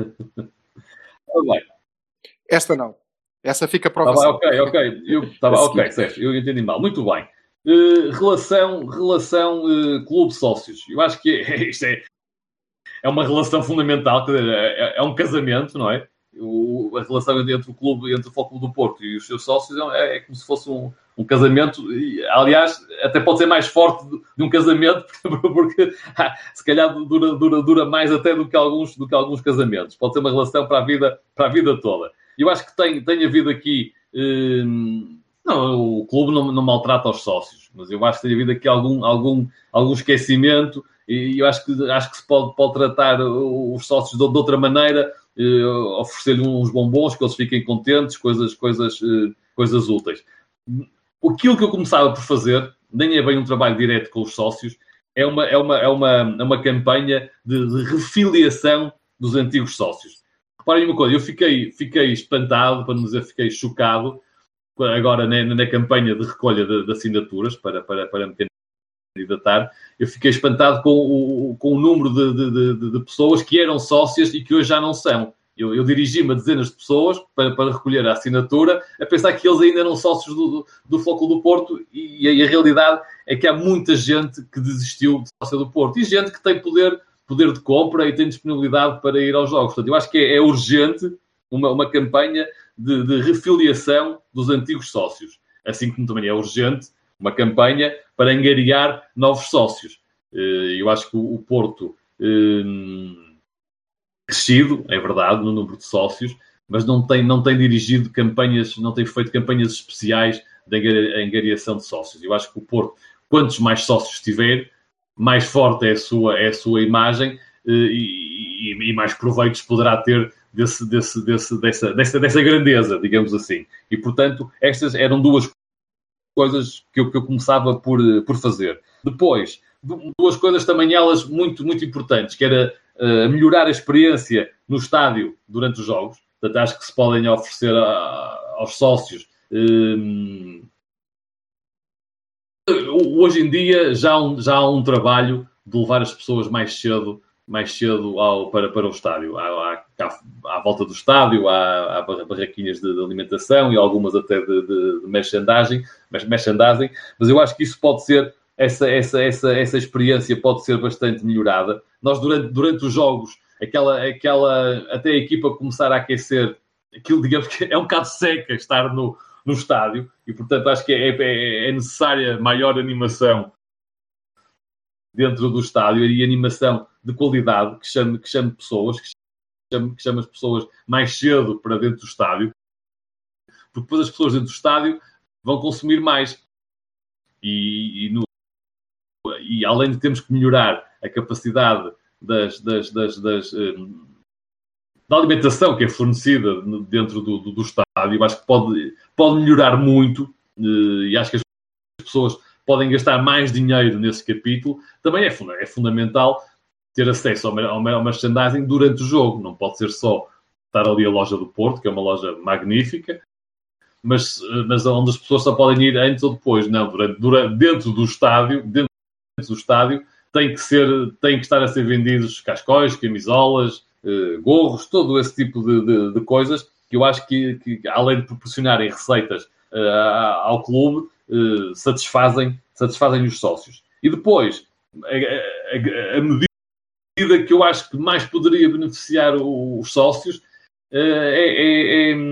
Speaker 9: Tá bem.
Speaker 8: Esta não. Essa fica para o
Speaker 9: tá Ok, ok. Eu, tá ok, Sérgio, eu entendi mal. Muito bem. Uh, relação relação uh, clube-sócios. Eu acho que é, isto é, é uma relação fundamental, quer dizer, é, é um casamento, não é? O, a relação entre o clube, entre o Futebol Clube do Porto e os seus sócios é, é como se fosse um, um casamento. E, aliás, até pode ser mais forte de, de um casamento, porque, porque ah, se calhar dura, dura, dura mais até do que, alguns, do que alguns casamentos. Pode ser uma relação para a vida, para a vida toda. Eu acho que tem, tem havido aqui... Hum, não, o clube não, não maltrata os sócios, mas eu acho que tem havido aqui algum, algum, algum esquecimento e eu acho que, acho que se pode, pode tratar os sócios de, de outra maneira, eh, oferecer-lhes uns bombons, que eles fiquem contentes, coisas, coisas, eh, coisas úteis. Aquilo que eu começava por fazer, nem é bem um trabalho direto com os sócios, é uma, é uma, é uma, é uma campanha de, de refiliação dos antigos sócios. Reparem uma coisa, eu fiquei, fiquei espantado, para não dizer fiquei chocado, agora na, na campanha de recolha de, de assinaturas para, para, para me candidatar, eu fiquei espantado com o, com o número de, de, de, de pessoas que eram sócias e que hoje já não são. Eu, eu dirigi-me a dezenas de pessoas para, para recolher a assinatura, a pensar que eles ainda eram sócios do, do, do Futebol Clube do Porto e, e a realidade é que há muita gente que desistiu de sócio do Porto e gente que tem poder... poder de compra e tem disponibilidade para ir aos jogos. Portanto, eu acho que é, é urgente uma, uma campanha de, de refiliação dos antigos sócios. Assim como também é urgente uma campanha para angariar novos sócios. Eu acho que o Porto hum, crescido, é verdade, no número de sócios, mas não tem, não tem dirigido campanhas, não tem feito campanhas especiais de angariação de sócios. Eu acho que o Porto, quantos mais sócios tiver, mais forte é a sua, é a sua imagem e, e, e mais proveitos poderá ter desse, desse, desse, dessa, dessa, dessa grandeza, digamos assim. E, portanto, estas eram duas coisas que eu, que eu começava por, por fazer. Depois, duas coisas também elas muito, muito importantes, que era uh, melhorar a experiência no estádio durante os jogos. Portanto, acho que se podem oferecer a, aos sócios... Uh, Hoje em dia já há, um, já há um trabalho de levar as pessoas mais cedo, mais cedo ao, para, para o estádio. Há, há, à volta do estádio, há, há barraquinhas de, de alimentação e algumas até de, de, de merchandising, mas, merchandising, mas eu acho que isso pode ser, essa, essa, essa, essa experiência pode ser bastante melhorada. Nós, durante, durante os jogos, aquela, aquela, até a equipa começar a aquecer, aquilo, digamos que é um bocado seca estar no... no estádio, e portanto acho que é, é, é necessária maior animação dentro do estádio e animação de qualidade que chame, que chame pessoas, que chame, que chame as pessoas mais cedo para dentro do estádio, porque depois as pessoas dentro do estádio vão consumir mais e, e, no, e além de termos que melhorar a capacidade das, das, das, das um, da alimentação que é fornecida dentro do, do, do estádio, acho que pode, pode melhorar muito e acho que as pessoas podem gastar mais dinheiro nesse capítulo. Também é, é fundamental ter acesso ao, ao, ao merchandising durante o jogo. Não pode ser só estar ali a loja do Porto, que é uma loja magnífica, mas, mas onde as pessoas só podem ir antes ou depois. Não, durante, durante, dentro do estádio, dentro do estádio, tem que, ser, tem que estar a ser vendidos cascóis, camisolas, eh, gorros, todo esse tipo de, de, de coisas que eu acho que, que além de proporcionarem receitas eh, ao clube, eh, satisfazem, satisfazem os sócios. E depois, a, a, a medida que eu acho que mais poderia beneficiar os sócios eh, é, é, é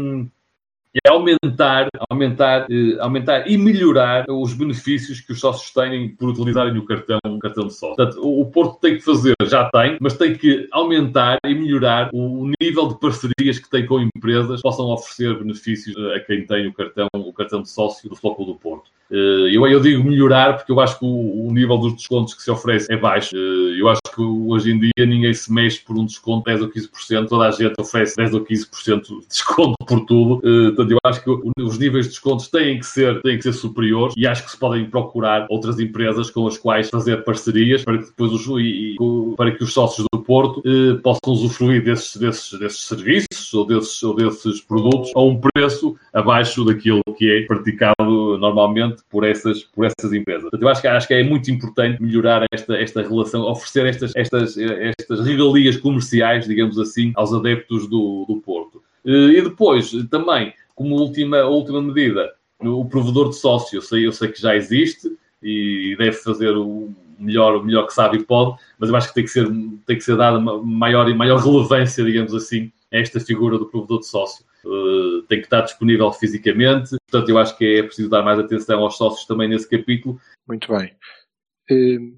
Speaker 9: é aumentar, aumentar, eh, aumentar e melhorar os benefícios que os sócios têm por utilizarem o cartão, o cartão de sócio. Portanto, o, o Porto tem que fazer, já tem, mas tem que aumentar e melhorar o, o nível de parcerias que tem com empresas que possam oferecer benefícios a quem tem o cartão, o cartão de sócio do Futebol Clube do Porto. Eu, eu digo melhorar porque eu acho que o, o nível dos descontos que se oferece é baixo. Eu acho que hoje em dia ninguém se mexe por um desconto de dez ou quinze por cento. Toda a gente oferece dez ou quinze por cento de desconto por tudo. Portanto, eu acho que os níveis de descontos têm que ser, têm que ser superiores e acho que se podem procurar outras empresas com as quais fazer parcerias para que depois os, e, para que os sócios do Porto eh, possam usufruir desses, desses, desses serviços ou desses, ou desses produtos a um preço abaixo daquilo que é praticado normalmente por essas, por essas empresas. Portanto, eu acho que, acho que é muito importante melhorar esta, esta relação, oferecer estas, estas, estas regalias comerciais, digamos assim, aos adeptos do, do Porto. E depois, também, como última, última medida, o provedor de sócio, eu sei, eu sei que já existe e deve fazer o melhor, o melhor que sabe e pode, mas eu acho que tem que ser, tem que ser dada maior e maior relevância, digamos assim, a esta figura do provedor de sócio. Uh, tem que estar disponível fisicamente, portanto eu acho que é preciso dar mais atenção aos sócios também nesse capítulo.
Speaker 8: Muito bem. Uh,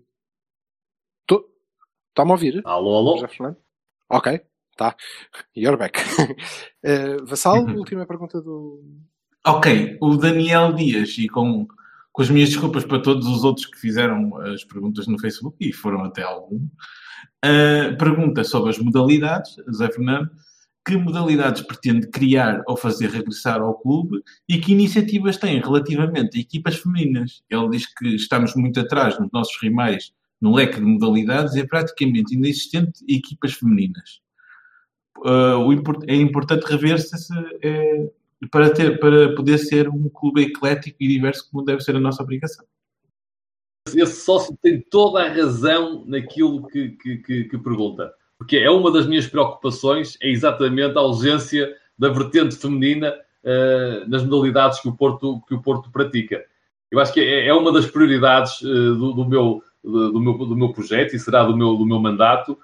Speaker 8: tô... Está-me a ouvir?
Speaker 9: Alô, alô?
Speaker 8: Já Fernando? Ok, tá. You're back. uh, Vassal, última pergunta do...
Speaker 10: Ok, o Daniel Dias, e com, com as minhas desculpas para todos os outros que fizeram as perguntas no Facebook, e foram até algum, uh, pergunta sobre as modalidades, Zé Fernando, que modalidades pretende criar ou fazer regressar ao clube e que iniciativas tem relativamente a equipas femininas. Ele diz que estamos muito atrás nos nossos rivais no leque de modalidades e é praticamente inexistente equipas femininas. Uh, o import- é importante rever-se se, é, para, ter, para poder ser um clube eclético e diverso como deve ser a nossa obrigação.
Speaker 9: Esse sócio tem toda a razão naquilo que, que, que, que pergunta. Porque é uma das minhas preocupações, é exatamente a ausência da vertente feminina uh, nas modalidades que o Porto, que o Porto pratica. Eu acho que é, é uma das prioridades uh, do, do, meu, do, meu, do meu projeto e será do meu, do meu mandato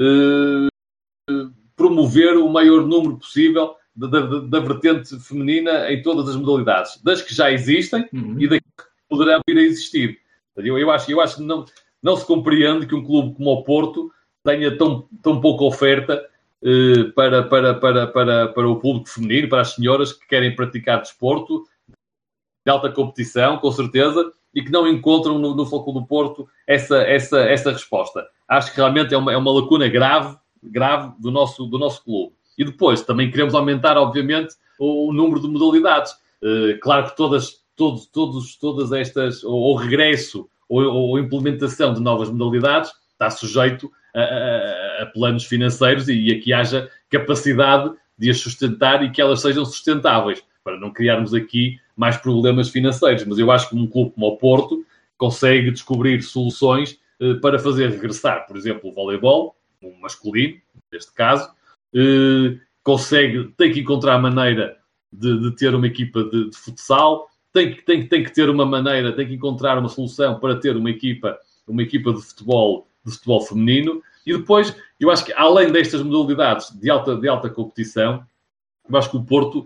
Speaker 9: uh, promover o maior número possível da, da, da vertente feminina em todas as modalidades, das que já existem uhum. e das que poderão vir a existir. Eu, eu acho, eu acho que não, não se compreende que um clube como o Porto tenha tão, tão pouca oferta eh, para, para, para, para, para o público feminino, para as senhoras que querem praticar desporto de alta competição, com certeza, e que não encontram no, no Futebol do Porto essa, essa, essa resposta. Acho que realmente é uma, é uma lacuna grave, grave do nosso, do nosso clube. E depois, também queremos aumentar, obviamente, o, o número de modalidades. Eh, claro que todas, todos, todos, todas estas, ou o regresso, ou, ou a implementação de novas modalidades, está sujeito A, a, a planos financeiros e a que haja capacidade de as sustentar e que elas sejam sustentáveis, para não criarmos aqui mais problemas financeiros. Mas eu acho que um clube como o Porto consegue descobrir soluções eh, para fazer regressar, por exemplo, o voleibol, o masculino, neste caso, eh, consegue, tem que encontrar a maneira de, de ter uma equipa de, de futsal, tem que, tem, tem que ter uma maneira, tem que encontrar uma solução para ter uma equipa, uma equipa de futebol de futebol feminino, e depois, eu acho que além destas modalidades de alta, de alta competição, eu acho que o Porto,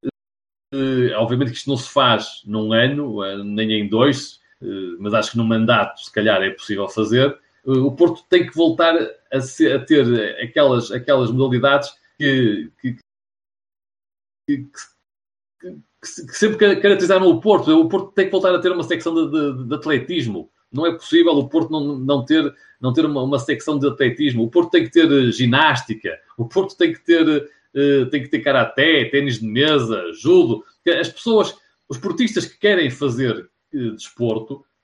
Speaker 9: eh, obviamente que isto não se faz num ano, nem em dois, eh, mas acho que num mandato, se calhar, é possível fazer, eh, o Porto tem que voltar a, ser, a ter aquelas, aquelas modalidades que, que, que, que, que sempre caracterizaram o Porto. O Porto tem que voltar a ter uma secção de, de, de atletismo. Não é possível o Porto não, não ter, não ter uma, uma secção de atletismo. O Porto tem que ter uh, ginástica. O Porto tem que ter, uh, tem que ter karaté, ténis de mesa, judo. As pessoas, os portistas que querem fazer uh, desporto,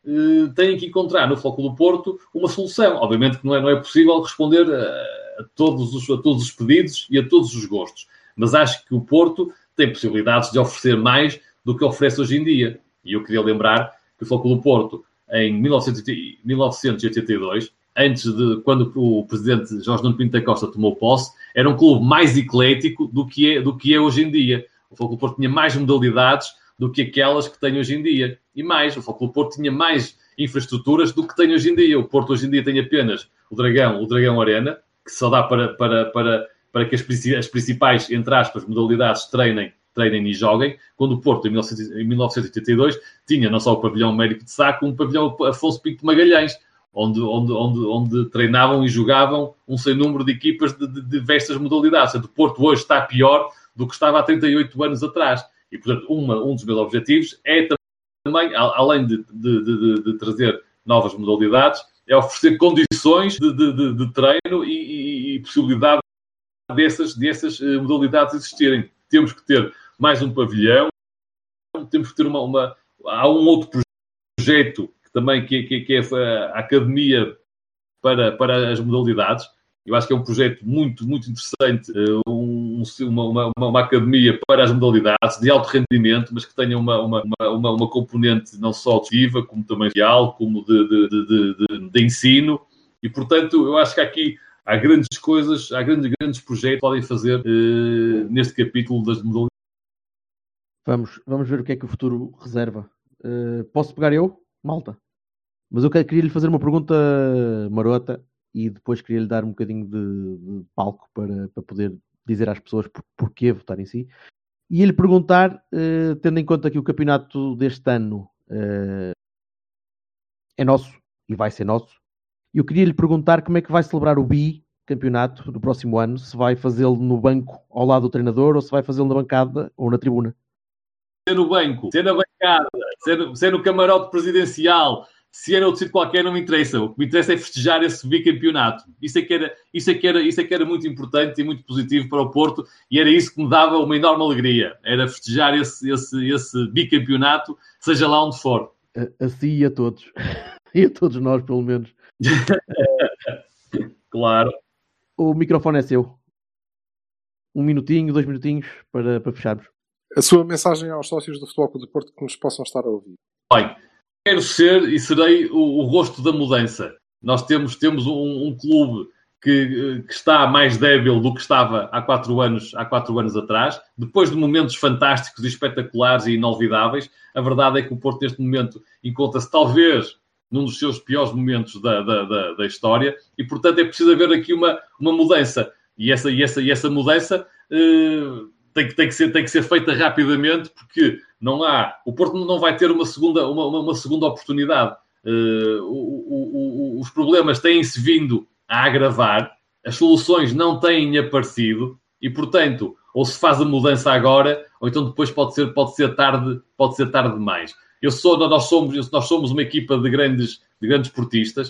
Speaker 9: uh, têm que encontrar no Futebol Clube do Porto uma solução. Obviamente que não é, não é possível responder a, a, todos os, a todos os pedidos e a todos os gostos, mas acho que o Porto tem possibilidades de oferecer mais do que oferece hoje em dia. E eu queria lembrar que o Futebol Clube do Porto, em mil novecentos e oitenta e dois, antes de quando o presidente Jorge Nuno Pinto da Costa tomou posse, era um clube mais eclético do que é, do que é hoje em dia. O Futebol Clube do Porto tinha mais modalidades do que aquelas que tem hoje em dia. E mais, o Futebol Clube do Porto tinha mais infraestruturas do que tem hoje em dia. O Porto hoje em dia tem apenas o Dragão, o Dragão Arena, que só dá para, para, para, para que as, as principais, entre aspas, modalidades treinem, treinem e joguem, quando o Porto, em mil novecentos e oitenta e dois, tinha não só o pavilhão Américo de Sá, como o pavilhão Afonso Pinto de Magalhães, onde, onde, onde, onde treinavam e jogavam um sem número de equipas de, de, de diversas modalidades. O Porto hoje está pior do que estava há trinta e oito anos atrás. E, portanto, uma, um dos meus objetivos é também, além de, de, de, de trazer novas modalidades, é oferecer condições de, de, de, de treino e, e, e possibilidade dessas, dessas modalidades existirem. Temos que ter mais um pavilhão, temos que ter uma... uma há um outro projeto que também que, que, que é a Academia para, para as Modalidades. Eu acho que é um projeto muito, muito interessante, um, uma, uma, uma academia para as modalidades de alto rendimento, mas que tenha uma, uma, uma, uma componente não só ativa, como também real, como de, de, de, de, de ensino. E, portanto, eu acho que aqui há grandes coisas, há grandes, grandes projetos que podem fazer uh, neste capítulo das modalidades.
Speaker 3: Vamos, vamos ver o que é que o futuro reserva. Uh, posso pegar eu, malta? Mas eu queria lhe fazer uma pergunta marota e depois queria lhe dar um bocadinho de, de palco para, para poder dizer às pessoas por, porquê votar em si. E ele perguntar, uh, tendo em conta que o campeonato deste ano uh, é nosso e vai ser nosso, eu queria lhe perguntar como é que vai celebrar o bicampeonato do próximo ano, se vai fazê-lo no banco ao lado do treinador ou se vai fazê-lo na bancada ou na tribuna.
Speaker 9: Ser no banco, ser na bancada, ser, ser no camarote presidencial, se era outro sítio qualquer, não me interessa. O que me interessa é festejar esse bicampeonato. Isso é que era, isso é que era, isso é que era muito importante e muito positivo para o Porto, e era isso que me dava uma enorme alegria. Era festejar esse, esse, esse bicampeonato, seja lá onde for.
Speaker 3: Assim e a todos. E a todos nós, pelo menos.
Speaker 9: Claro.
Speaker 3: O microfone é seu. Um minutinho, dois minutinhos para, para fecharmos.
Speaker 8: A sua mensagem aos sócios do Futebol Clube do Porto que nos possam estar a ouvir.
Speaker 9: Bem, quero ser e serei o, o rosto da mudança. Nós temos, temos um, um clube que, que está mais débil do que estava há quatro anos, há quatro anos atrás. Depois de momentos fantásticos e espetaculares e inolvidáveis, a verdade é que o Porto neste momento encontra-se talvez num dos seus piores momentos da, da, da, da história e, portanto, é preciso haver aqui uma, uma mudança. E essa, e essa, e essa mudança... Uh, Tem que, tem, que ser, tem que ser feita rapidamente, porque não há... O Porto não vai ter uma segunda, uma, uma segunda oportunidade. Uh, o, o, o, os problemas têm-se vindo a agravar, as soluções não têm aparecido, e, portanto, ou se faz a mudança agora, ou então depois pode ser, pode ser, tarde, pode ser tarde demais. Eu sou, nós, somos, nós somos uma equipa de grandes, de grandes portistas,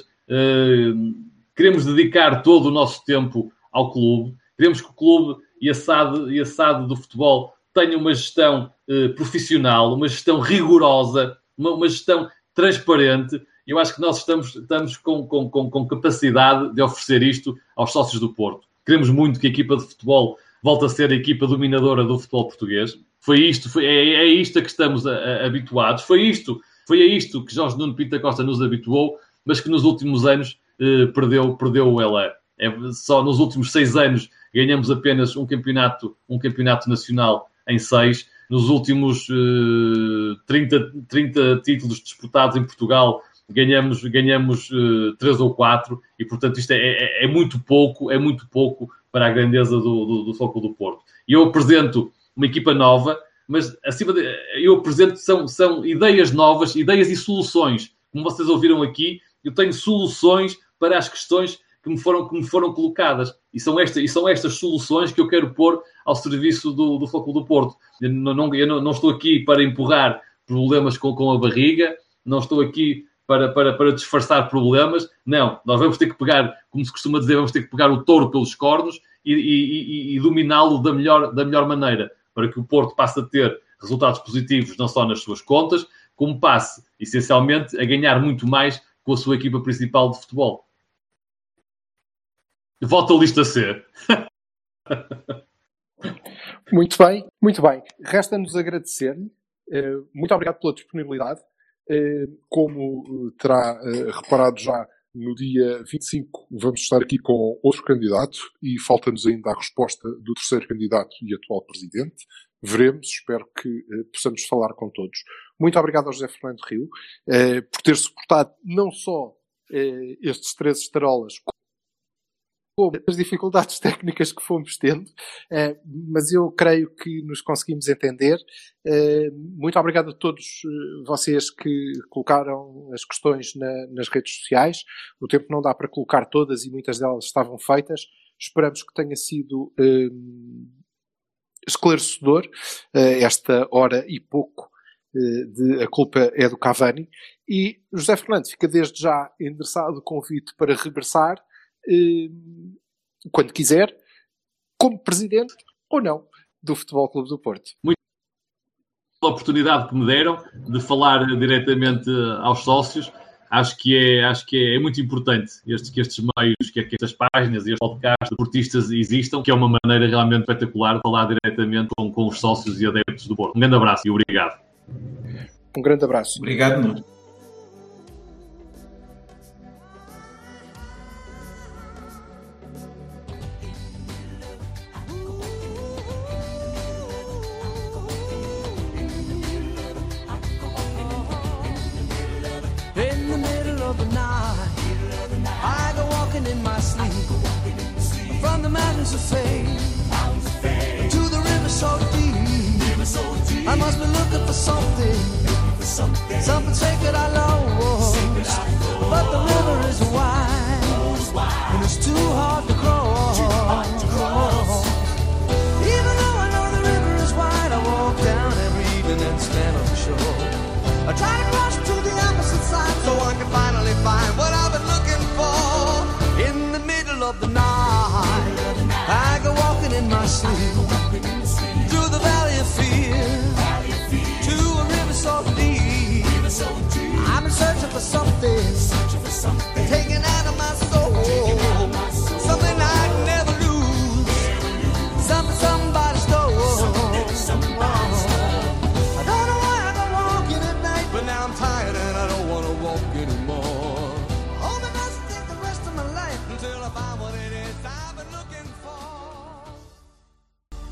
Speaker 9: uh, queremos dedicar todo o nosso tempo ao clube, queremos que o clube e a S A D, e a S A D do futebol tenha uma gestão eh, profissional, uma gestão rigorosa, uma, uma gestão transparente. Eu acho que nós estamos, estamos com, com, com, com capacidade de oferecer isto aos sócios do Porto. Queremos muito que a equipa de futebol volte a ser a equipa dominadora do futebol português. Foi isto, foi, é, é isto a que estamos a, a, habituados. Foi isto, foi a isto que Jorge Nuno Pinto da Costa nos habituou, mas que nos últimos anos eh, perdeu, perdeu o L A. É, só nos últimos seis anos ganhamos apenas um campeonato, um campeonato nacional em seis. Nos últimos uh, trinta, trinta títulos disputados em Portugal, ganhamos, ganhamos uh, três ou quatro. E, portanto, isto é, é, é muito pouco, é muito pouco para a grandeza do, do, do Futebol Clube do Porto. E eu apresento uma equipa nova, mas acima de, eu apresento são, são ideias novas, ideias e soluções. Como vocês ouviram aqui, eu tenho soluções para as questões que me foram, que me foram colocadas. E são, esta, e são estas soluções que eu quero pôr ao serviço do, do Futebol Clube do Porto. Eu, não, não, eu não, não estou aqui para empurrar problemas com, com a barriga, não estou aqui para, para, para disfarçar problemas. Não, nós vamos ter que pegar, como se costuma dizer, vamos ter que pegar o touro pelos cornos e, e, e, e dominá-lo da melhor, da melhor maneira, para que o Porto passe a ter resultados positivos, não só nas suas contas, como passe, essencialmente, a ganhar muito mais com a sua equipa principal de futebol. Volta a lista C.
Speaker 8: Muito bem, muito bem. Resta-nos agradecer-lhe. Muito obrigado pela disponibilidade. Como terá reparado já, no dia vinte e cinco vamos estar aqui com outro candidato e falta-nos ainda a resposta do terceiro candidato e atual presidente. Veremos, espero que uh, possamos falar com todos. Muito obrigado ao José Fernando Rio uh, por ter suportado não só uh, estes três estarolas, como as dificuldades técnicas que fomos tendo, uh, mas eu creio que nos conseguimos entender. Uh, muito obrigado a todos uh, vocês que colocaram as questões na, nas redes sociais. O tempo não dá para colocar todas e muitas delas estavam feitas. Esperamos que tenha sido Uh, esclarecedor uh, esta hora e pouco uh, de A Culpa é do Cavani. E José Fernando fica desde já endereçado o convite para regressar uh, quando quiser, como presidente ou não do Futebol Clube do Porto.
Speaker 9: Muito pela oportunidade que me deram de falar diretamente aos sócios. Acho que é, acho que é, é muito importante estes, que estes meios, que, que estas páginas e estes podcasts de portistas existam, que é uma maneira realmente espetacular de falar diretamente com, com os sócios e adeptos do Porto. Um grande abraço e obrigado.
Speaker 8: Um grande abraço.
Speaker 10: Obrigado, Nuno.
Speaker 11: In my sleep, from the mountains of fame to the river so deep, I must be looking for something, something sacred I lost, but the river is wide and it's too hard to cross. Even though I know the river is wide, I walk down every evening and stand on the shore. I try to cross to the opposite side so I can finally find what I've been looking for. In the middle of the night, I go walking in my sleep through the valley of fear to a river so deep. I'm in searching for something taken out of my soul, something I can never lose, something somebody stole. I don't know why I go walking at night, but now I'm tired and I don't want to walk anymore.